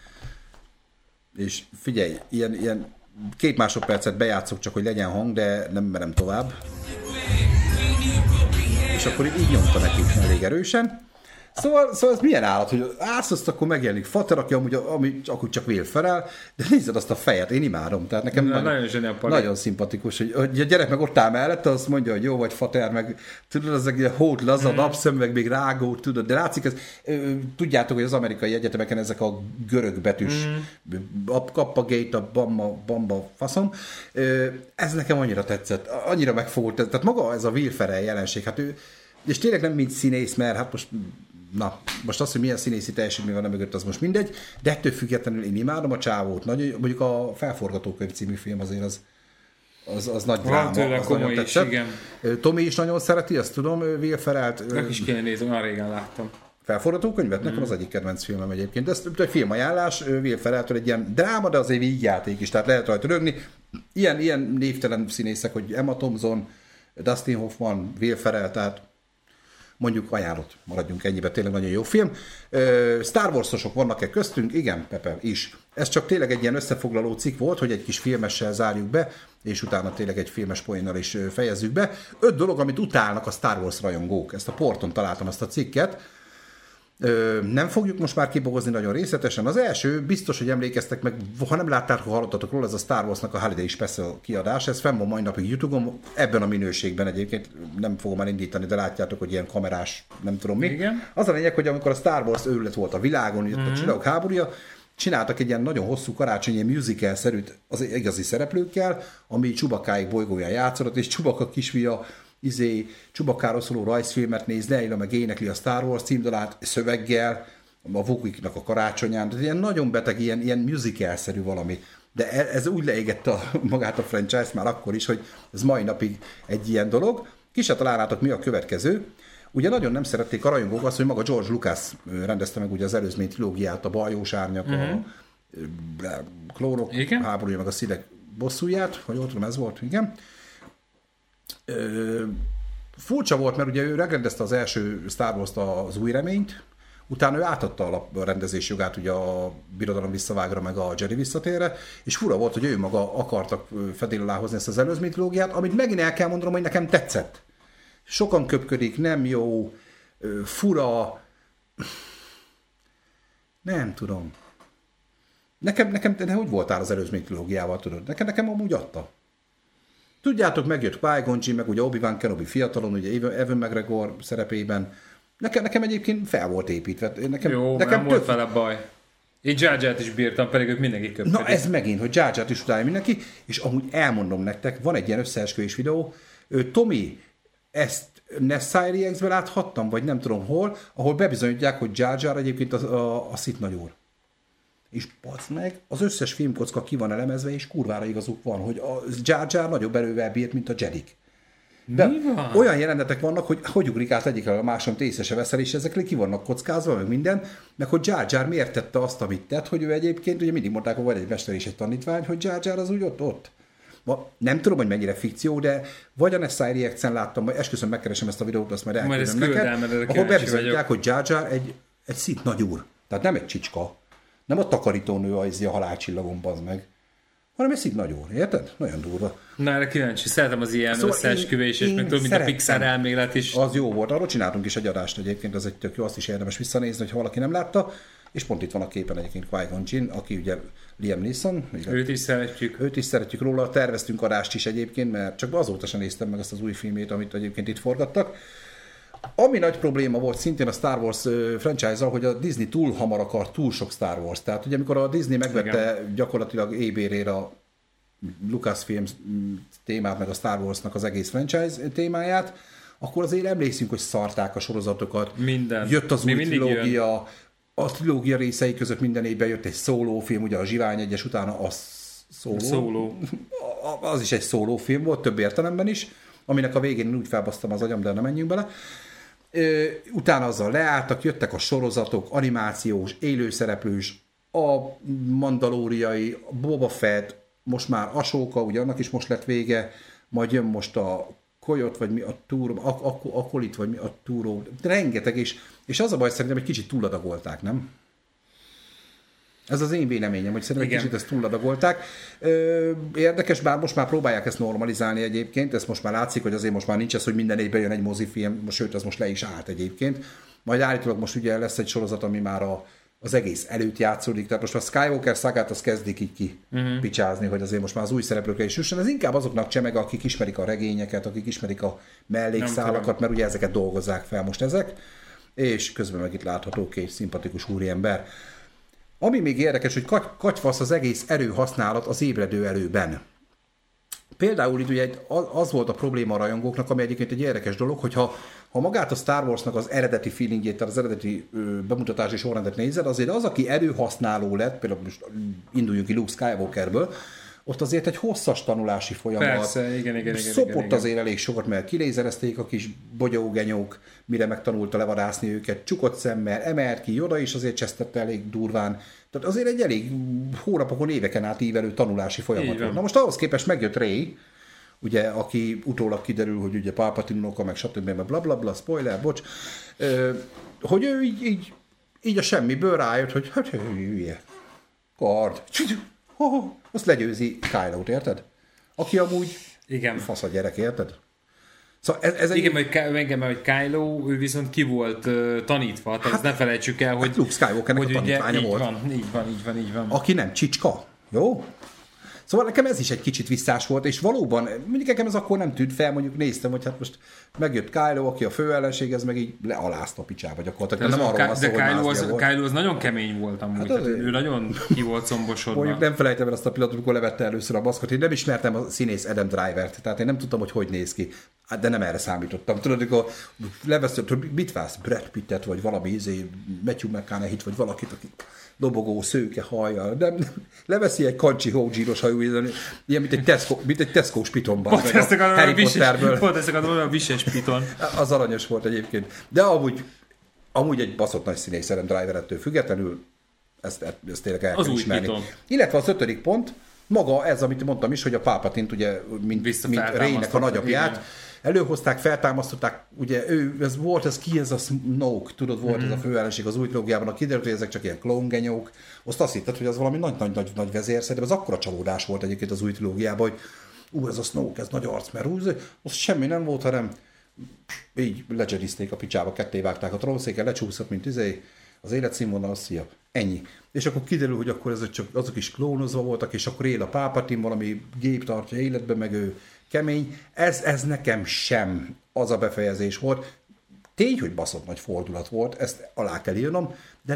és figyelj, ilyen 2 másodpercet bejátszok csak, hogy legyen hang, de nem merem tovább. És akkor így nyomta neki elég erősen. Szóval ez milyen állat, hogy azt akkor megjelenik Fater, aki ami csak Will Ferrell, de nézed azt a fejet, én imádom. Tehát nekem nagyon szimpatikus, hogy a gyerek meg ott áll mellette, azt mondja, hogy jó vagy Fater, meg tudod, az egy hót laza, napszemüveg, még rágó, tudod, de látszik, tudjátok, hogy az amerikai egyetemeken ezek a görög betűs, a kappa, gate, a bamba faszom, ez nekem annyira tetszett, annyira megfogott, tehát maga ez a Will Ferrell jelenség, hát ő, és tényleg nem mint színész, mert hát most az, hogy milyen színészi teljesítmény van mögött, az most mindegy, de ettől függetlenül én imádom a csávót. Mondjuk a Felforgatókönyv című film azért az nagy dráma. Tőle komoly is, igen. Tomi is nagyon szereti, azt tudom, Will Ferrellt. Meg is kéne nézni, már régen láttam. Felforgatókönyvet? Nekem az egyik kedvenc filmem egyébként. Ez egy filmajánlás, Will Ferrelltől egy ilyen dráma, de azért vígjáték is, tehát lehet rajta rögni. Ilyen névtelen színészek, hogy Emma Thompson, Dustin Hoffman, Will Ferrell, tehát mondjuk ajánlott, maradjunk ennyibe, tényleg nagyon jó film. Star Wars-osok vannak-e köztünk? Igen, Pepe is. Ez csak tényleg egy ilyen összefoglaló cikk volt, hogy egy kis filmessel zárjuk be, és utána tényleg egy filmes poénnal is fejezzük be. 5 dolog, amit utálnak a Star Wars rajongók. Ezt a porton találtam, ezt a cikket. Nem fogjuk most már kibogozni nagyon részletesen. Az első, biztos, hogy emlékeztek meg, ha nem láttátok, ha hallottatok róla, ez a Star Wars-nak a Holiday Special kiadás, ez fenn van mai napig YouTube-on, ebben a minőségben egyébként nem fogom elindítani, de látjátok, hogy ilyen kamerás, nem tudom mi. Igen. Az a lényeg, hogy amikor a Star Wars őrület volt a világon, jött a Csillagok háborúja, csináltak egy ilyen nagyon hosszú karácsonyi musical-szerűt az igazi szereplőkkel, ami Chewbacca-ig bolygóján játszódott, és Chewbacca kisfia Chewbacca-ról szóló rajzfilmet néz, Leila meg énekli a Star Wars címdalát szöveggel, a Wookiee-nak a karácsonyán, tehát ilyen nagyon beteg, ilyen musical-szerű valami. De ez úgy leégette magát a franchise már akkor is, hogy ez mai napig egy ilyen dolog. Ki se találnátok, mi a következő. Ugye nagyon nem szerették a rajongók azt, hogy maga George Lucas rendezte meg ugye az előzmény trilógiát, a Bajós Árnyak, a Klónok háborúja, meg a Szidek bosszúját, hogy jól tudom, ez volt, igen. Furcsa volt, mert ugye ő megrendezte az első Star Wars-t, az Új Reményt, utána ő átadta a rendezés jogát ugye a Birodalom visszavágra, meg a Jedi visszatérre, és fura volt, hogy ő maga akartak fedél alá hozni ezt az előzmény trilógiát, amit megint el kell mondanom, hogy nekem tetszett. Sokan köpködik, nem jó, fura, nem tudom. Nekem de hogy voltál az előzmény trilógiával, tudod? Nekem amúgy adta. Tudjátok, megjött Qui-Gon Jinn, meg ugye Obi-Wan Kenobi fiatalon, ugye Ewan McGregor szerepében. Nekem egyébként fel volt építve. Jó, nem volt vele baj. Én Jar Jart is bírtam, pedig ők mindenki köpködik. Na ez megint, hogy Jar Jart is utálja mindenki, és amúgy elmondom nektek, van egy ilyen összeesküvés videó, Tomi, ezt Nessai Reacts-ben láthattam, vagy nem tudom hol, ahol bebizonyítják, hogy Jar Jar egyébként a Sith nagyúr. És bacd meg, az összes filmkocka ki van elemezve, és kurvára igazuk van, hogy a Jar Jar nagyobb erővel bírt, mint a Jedik. De olyan jelenetek vannak, hogy ugrik át egyikre a máson, te észre se veszel, és ezek ki vannak kockázva, meg minden, meg hogy Jar Jar miért tette azt, amit tett, hogy ő egyébként, ugye mindig mondták, hogy van egy mester és egy tanítvány, hogy Jar Jar az úgy ott. Nem tudom, hogy mennyire fikció, de vagy a Nessai Reacts-en láttam, vagy esküszöm, megkeresem ezt a videót, azt majd elküldöm neked, ahol bebizonyítják, hogy Jar Jar egy Sith nagyúr. Tehát nem egy csicska. Nem a takarítónő a halálcsillagon, bazd meg, hanem egy Sith nagyúr, érted? Nagyon durva. Na, erre kíváncsi, szeretem az ilyen összeesküvés, és meg tudom, mint a Pixar elmélet is. Az jó volt, arról csináltunk is egy adást egyébként, az egy tök jó, azt is érdemes visszanézni, hogy valaki nem látta, és pont itt van a képen egyébként Qui-Gon Jinn, aki ugye Liam Neeson. Őt is szeretjük. Őt is szeretjük róla, terveztünk adást is egyébként, mert csak azóta sem néztem meg azt az új filmét, amit egyébként itt forgattak. Ami nagy probléma volt szintén a Star Wars franchise-al, hogy a Disney túl hamar akart túl sok Star Wars. Tehát ugye amikor a Disney megvette gyakorlatilag ébérére a Lucasfilm témát, meg a Star Warsnak az egész franchise témáját, akkor azért emlékszünk, hogy szarták a sorozatokat. Minden. Jött az új trilógia, a trilógia részei között minden évben jött egy szólófilm, ugye a Zsivány egyes utána a szóló. Az is egy szólófilm volt, több értelemben is, aminek a végén úgy felbasztam az agyam, de nem menjünk bele. Utána azzal leálltak, jöttek a sorozatok, animációs, élőszereplős, a mandalóriai, a Boba Fett, most már Ahsoka, ugye annak is most lett vége, majd jön most a Koyot, vagy mi a Túró, Akolit, vagy mi a Túró, rengeteg, és az a baj, szerintem egy kicsit túladagolták, nem? Ez az én véleményem, hogy szerintem egy kicsit ezt túladagolták. Érdekes, bár most már próbálják ezt normalizálni egyébként, ezt most már látszik, hogy azért most már nincs ez, hogy minden évben jön egy mozifilm, sőt, az most le is állt egyébként. Majd állítólag most ugye lesz egy sorozat, ami már az egész előtt játszódik, tehát most a Skywalker szagát azt kezdik így kipicsázni, hogy azért most már az új szereplőkre is jusson. Ez inkább azoknak csemeg, akik ismerik a regényeket, akik ismerik a mellékszálakat, mert ugye ezeket dolgozzák fel most ezek, és közben meg itt látható két szimpatikus úriember. Ami még érdekes, hogy katyfasz az egész erőhasználat az ébredő előben. Például itt ugye az volt a probléma a rajongóknak, ami egyébként egy érdekes dolog, hogyha magát a Star Warsnak az eredeti feelingjét, tehát az eredeti bemutatási sorrendet nézed, azért az, aki erőhasználó lett, például most induljunk ki Luke Skywalkerből, ott azért egy hosszas tanulási folyamat. Persze, igen. Szopott azért elég sokat, mert kilézerezték a kis bogyógenyók, mire megtanulta levadászni őket, csukott szemmel, emelt ki, oda is azért csesztette elég durván. Tehát azért egy elég hónapokon, éveken át ívelő tanulási folyamat volt. Na most ahhoz képest megjött Rey, ugye, aki utólag kiderül, hogy ugye Palpatine unoka, meg stb. Meg blablabla, spoiler, bocs, hogy ő így a semmiből rájött, hogy hát hülye, kard, azt legyőzi Kylo-t, érted? Aki amúgy fasz a gyerek, érted? Szóval ez igen, hogy Kylo, ő viszont ki volt tanítva, tehát ne felejtsük el, hogy Luke Skywalkernek a tanítványa volt. Így van. Aki nem csicska, jó? Szóval nekem ez is egy kicsit visszás volt, és valóban, mindig nekem ez akkor nem tűnt fel, mondjuk néztem, hogy hát most megjött Kylo, aki a főellenség, ez meg így lealázta a picsába gyakorlatilag. Nem arról van szó, hogy Kylo az nagyon kemény volt amúgy, hát ő nagyon ki volt szombosodva. Mondjuk nem felejtem el azt a pillanatot, amikor levette először a maszkot, én nem ismertem a színész Adam Drivert, tehát én nem tudtam, hogy néz ki. Hát, de nem erre számítottam. Tudod, amikor leveszett, hogy mit vász, Brad Pittet, vagy valami Matthew McConaughey-t, vagy valakit, aki dobogó, szőke hajjal, de leveszi egy kancsi hódzsíros hajú, ilyen, mint egy Tesco-s pitonban. Pont ezt akarom, a vises piton. Az aranyos volt egyébként. De amúgy egy baszott nagy színész Adam Driver ettől függetlenül, ezt tényleg el kell ismerni. Illetve az 5. pont, maga ez, amit mondtam is, hogy a Palpatine-t ugye, mint Rey-nek a nagyapját, előhozták, feltámasztották, ugye ki ez a Snoke, tudod, volt ez a főellenség az új trilógiában, a kiderült, hogy ezek csak ilyen klóngenyók, azt hitted, hogy az valami nagy vezér, szerintem az akkora csalódás volt egyébként az új trilógiában, hogy ez a Snoke, ez nagy arc, mert az semmi nem volt, hanem így legyedizték a picsába, ketté vágták a trónszéken, lecsúszott, mint az életszínvonal, szia, ennyi. És akkor kiderül, hogy akkor ezek csak azok is klónozva voltak, és akkor él a Palpatine, valami gép tartja életben, meg ő kemény. Ez nekem sem az a befejezés volt. Tény, hogy baszott nagy fordulat volt, ezt alá kell írnom, de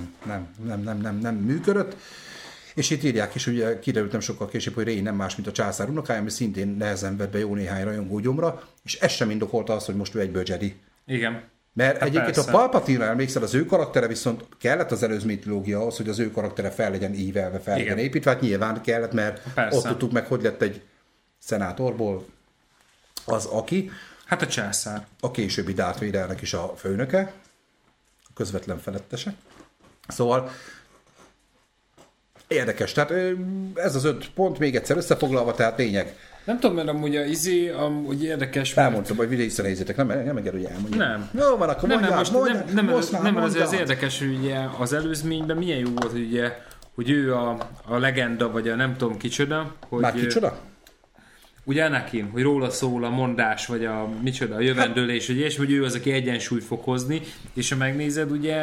nem működött. És itt írják is, ugye kiderültem sokkal később, hogy Rey nem más, mint a császár unokája, ami szintén nehezen vett be jó néhány rajongó gyomra, és ez sem indokolta azt, hogy most ő egyből Jedi. Igen. Mert hát egyébként persze. A Palpatine-ra emlékszel, az ő karaktere viszont kellett az előzmény trilógia ahhoz, hogy az ő karaktere fel legyen ívelve, fel legyen építve, hát nyilván kellett, mert persze. Ott tudtuk meg, hogy lett egy szenátorból az, aki... Hát a császár. A későbbi Darth Vadernek is a főnöke, a közvetlen felettese. Szóval érdekes, tehát ez az 5 pont még egyszer összefoglalva, tehát lényeg. Nem tudom, mert amúgy amúgy érdekes. Elmondtam, hogy visszanézzétek, nem enged, hogy elmondjam. Nem. Jó, van, akkor nem, az érdekes, hogy ugye az előzményben milyen jó volt, hogy ő a legenda, vagy a nem tudom kicsoda. Hogy, már kicsoda? Ugye Anakin, hogy róla szól a mondás, vagy a jövendőlés, hogy ilyesmi, hogy ő az, aki egyensúlyt fog hozni, és ha megnézed, ugye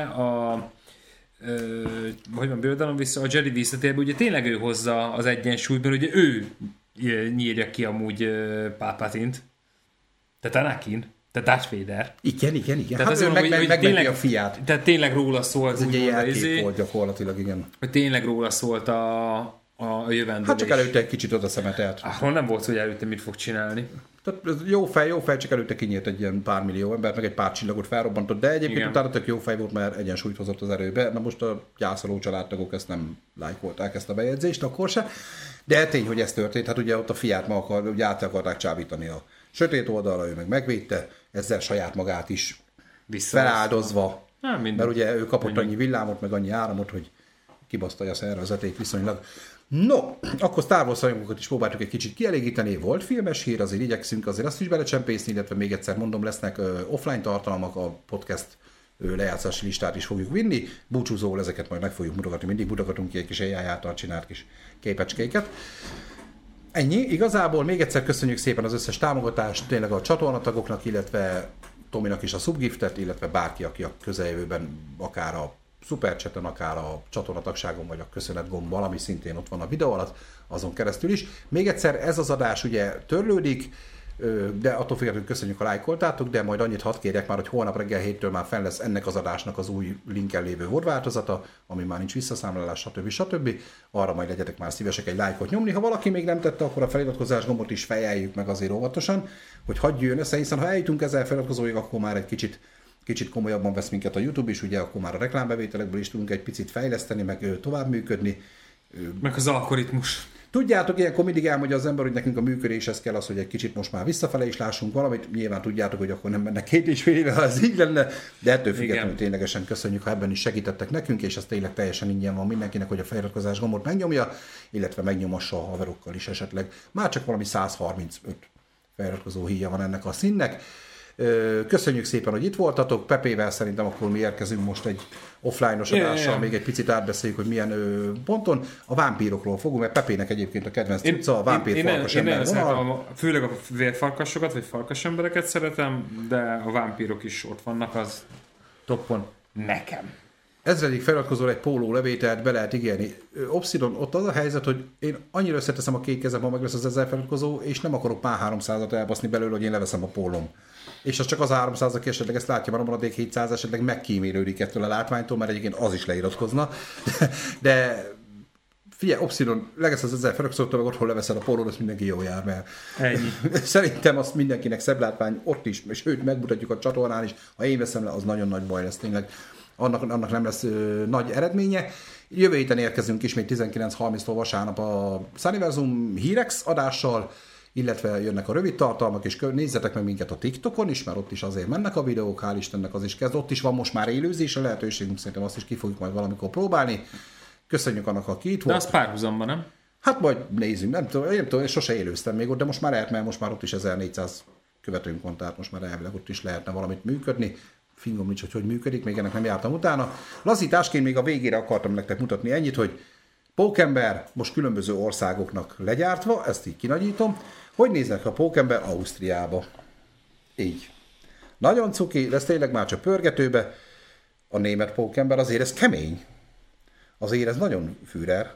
hogy van birodalom vissza, a Jedi visszatérbe, ugye tényleg ő hozza az egyensúlyt, mert ugye ő nyírja ki amúgy Palpatine-t. Tehát Anakin, tehát Darth Vader. Igen. Tehát hát azért, hogy tényleg a fiát. Tehát tényleg róla szólt. Ez egy jelkép volt gyakorlatilag, igen. Hogy tényleg róla szólt a jövendőlés. Hát csak előtte egy kicsit oda szemetelt. Ahol nem volt, hogy előtte mit fog csinálni. Tehát jó fej, csak előtte kinyírt egy ilyen pár millió embert, meg egy pár csillagot felrobbantott, de egyébként igen. Utána tök jó fej volt, mert egyensúlyt hozott az erőbe. Na most a gyászoló családtagok ezt nem lájkolták, ezt a bejegyzést, akkor se. De tény, hogy ez történt, hát ugye ott a fiát ugye át akarták csábítani a sötét oldalra, ő meg megvédte, ezzel saját magát is feláldozva. Mert ugye ő kapott annyi villámot, meg annyi áramot, hogy kibasztalja a szervezetét viszonylag. No, akkor Star Wars rajongokat is próbáltuk egy kicsit kielégíteni, volt filmes hír, azért igyekszünk azért azt is belecsempészni, illetve még egyszer mondom, lesznek offline tartalmak, a podcast lejátszási listát is fogjuk vinni, búcsúzóval ezeket majd meg fogjuk mutogatni, mindig mutogatunk ki egy kis AI által csinált kis képecskéket. Ennyi, igazából még egyszer köszönjük szépen az összes támogatást, tényleg a csatornatagoknak, illetve Tominak is a subgiftet, illetve bárki, aki a közeljövőben akár a szuperchaten, akár a csatornatagságon, vagy a köszönet gombbal, ami szintén ott van a videó alatt, azon keresztül is. Még egyszer, ez az adás ugye törlődik, de attól függetlenül köszönjük, a lájkoltátok, de majd annyit hadd kérjek már, hogy holnap reggel 7-től már fenn lesz ennek az adásnak az új linken lévő hordváltozata, ami már nincs visszaszámlálás, stb. Arra majd legyetek már szívesek egy lájkot nyomni. Ha valaki még nem tette, akkor a feliratkozás gombot is fejeljük meg azért óvatosan, hogy hagyjon össze, hiszen ha eljutunk ezzel feliratkozóig, akkor már egy kicsit komolyabban vesz minket a YouTube is, ugye akkor már a reklámbevételekből is tudunk egy picit fejleszteni, meg tovább működni. Meg az algoritmus. Tudjátok, ilyenkor mindig elmondja az ember, hogy nekünk a működéshez kell az, hogy egy kicsit most már visszafele is lássunk valamit. Nyilván tudjátok, hogy akkor nem menne 2,5 éve, ha ez így lenne, de ettől függetlenül ténylegesen köszönjük, ha ebben is segítettek nekünk, és ez tényleg teljesen ingyen van mindenkinek, hogy a feliratkozás gombot megnyomja, illetve megnyomassa a haverokkal is esetleg. Már csak valami 135 feliratkozó híja van ennek a színnek. Köszönjük szépen, hogy itt voltatok. Pepével szerintem akkor mi érkezünk most egy offline-os adással, még egy picit átbeszéljük, hogy milyen ponton. A vámpírokról fogunk, mert Pepének egyébként a kedvenc cucca, a vámpír farkas ember vonal. Főleg a vérfarkasokat, vagy farkas embereket szeretem, de a vámpírok is ott vannak, az toppon nekem. Ezredik feliratkozóra egy póló levételt be lehet ígérni. Obsidon, ott az a helyzet, hogy én annyira összeteszem a kék kezem, ha meg lesz az 1000 feliratkozó, és nem akarok már 300-at elbaszni belőle, hogy én leveszem a pólom. És az csak az 300, aki esetleg ezt látja, mert a maradék 700 esetleg megkímélődik ettől a látványtól, mert egyébként az is leiratkozna. De figyelj, Obsidon, legesz az 1000 feliratkozótól, meg otthon leveszed a pólót, azt mindenki jól jár, mert ennyi. Szerintem azt mindenkinek szebb látvány ott is, és őt megmutatjuk a csatornán is. Ha én veszem le, az nagyon nagy baj lesz tényleg. Annak nem lesz nagy eredménye. Jövő héten érkezünk ismét 19:30-tól vasárnap a Sunniversum Hírex adással, illetve jönnek a rövid tartalmak, és nézzetek meg minket a TikTokon is, mert ott is azért mennek a videók, hál' Istennek az is kezd. Ott is van most már élőzés, a lehetőségünk, szerintem azt is ki fogjuk majd valamikor próbálni. Köszönjük annak, aki itt volt. De az párhuzamban, nem? Hát majd nézzünk, nem tudom, én sose élőztem még ott, de most már lehet, mert most már ott is 1400 követőnk van, tehát most már elvileg ott is lehetne valamit működni. Fingom nincs, hogy működik, még ennek nem jártam utána. Lazításként még a végére akartam nektek mutatni ennyit, hogy Pókember most különböző országoknak legyártva, ezt így kinagyítom. Hogy néznek a Pókember Ausztriába? Így. Nagyon cuki, lesz tényleg már csak pörgetőbe. A német Pókember azért ez kemény. Azért ez nagyon Führer.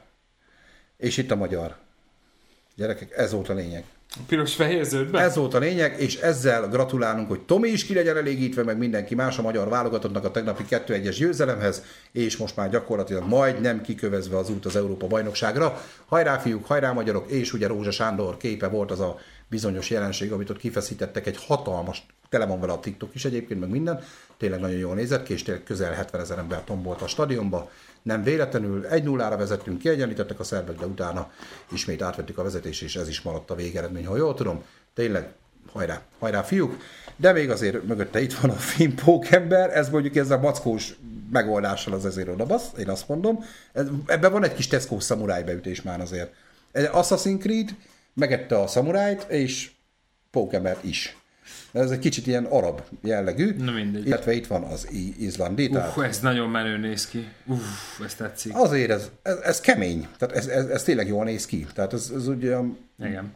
És itt a magyar. Gyerekek, ez volt a lényeg. A piros fehér zöldben? Ez volt a lényeg, és ezzel gratulálunk, hogy Tomi is ki legyen elégítve, meg mindenki más a magyar válogatottnak a tegnapi 2-1-es győzelemhez, és most már gyakorlatilag majdnem kikövezve az út az Európa-bajnokságra. Hajrá fiúk, hajrá magyarok, és ugye Rózsa Sándor képe volt az a bizonyos jelenség, amit ott kifeszítettek, egy hatalmas, tele van vele a TikTok is egyébként, meg minden, tényleg nagyon jól nézett ki, és tényleg közel 70 000 ember tombolt a stadionba. Nem véletlenül 1-0-ra vezettünk, kiegyenlítettek a szerbek, de utána ismét átvettük a vezetést, és ez is maradt a végeredmény, ha jól tudom. Tényleg, hajrá, hajrá fiúk! De még azért mögötte itt van a Finn Pókember, ez mondjuk ezzel a mackós megoldással az ezért odabasz, én azt mondom. Ebben van egy kis Tesco szamuráj beütés már azért. Assassin's Creed megette a szamurájt, és Pókembert is. Ez egy kicsit ilyen arab jellegű. Na mindegy. Illetve itt van az izlandi. Ez nagyon menő néz ki. Ez tetszik. Azért ez kemény. Tehát ez tényleg jól néz ki. Tehát ez ugye... Igen.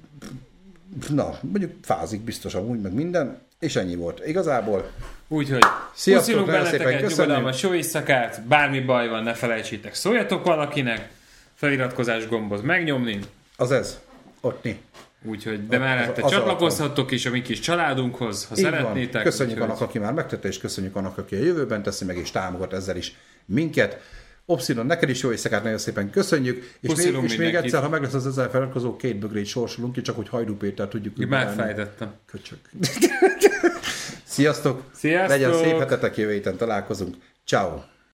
Na, mondjuk fázik biztos amúgy, meg minden. És ennyi volt. Igazából. Úgyhogy puszilunk benneteket, nyugodalmas jó éjszakát. Bármi baj van, ne felejtsétek. Szóljatok valakinek. Feliratkozás gombot megnyomni. Az ez. Ottni. Úgyhogy, de mellette csatlakozhattok is a mi kis családunkhoz, ha szeretnétek. Van. Köszönjük annak, aki már megtette, és köszönjük annak, aki a jövőben teszi meg, és támogat ezzel is minket. Obsidon, neked is jó éjszakát, nagyon szépen köszönjük. És még egyszer, ha meg lesz az 1000 feliratkozó, 2 bögrét sorsolunk ki, csak hogy Hajdú Péter tudjuk. Már fejtettem. Köcsök. Sziasztok! Sziasztok! Legyen szép hetetek, jövő héten találkozunk. Ciao.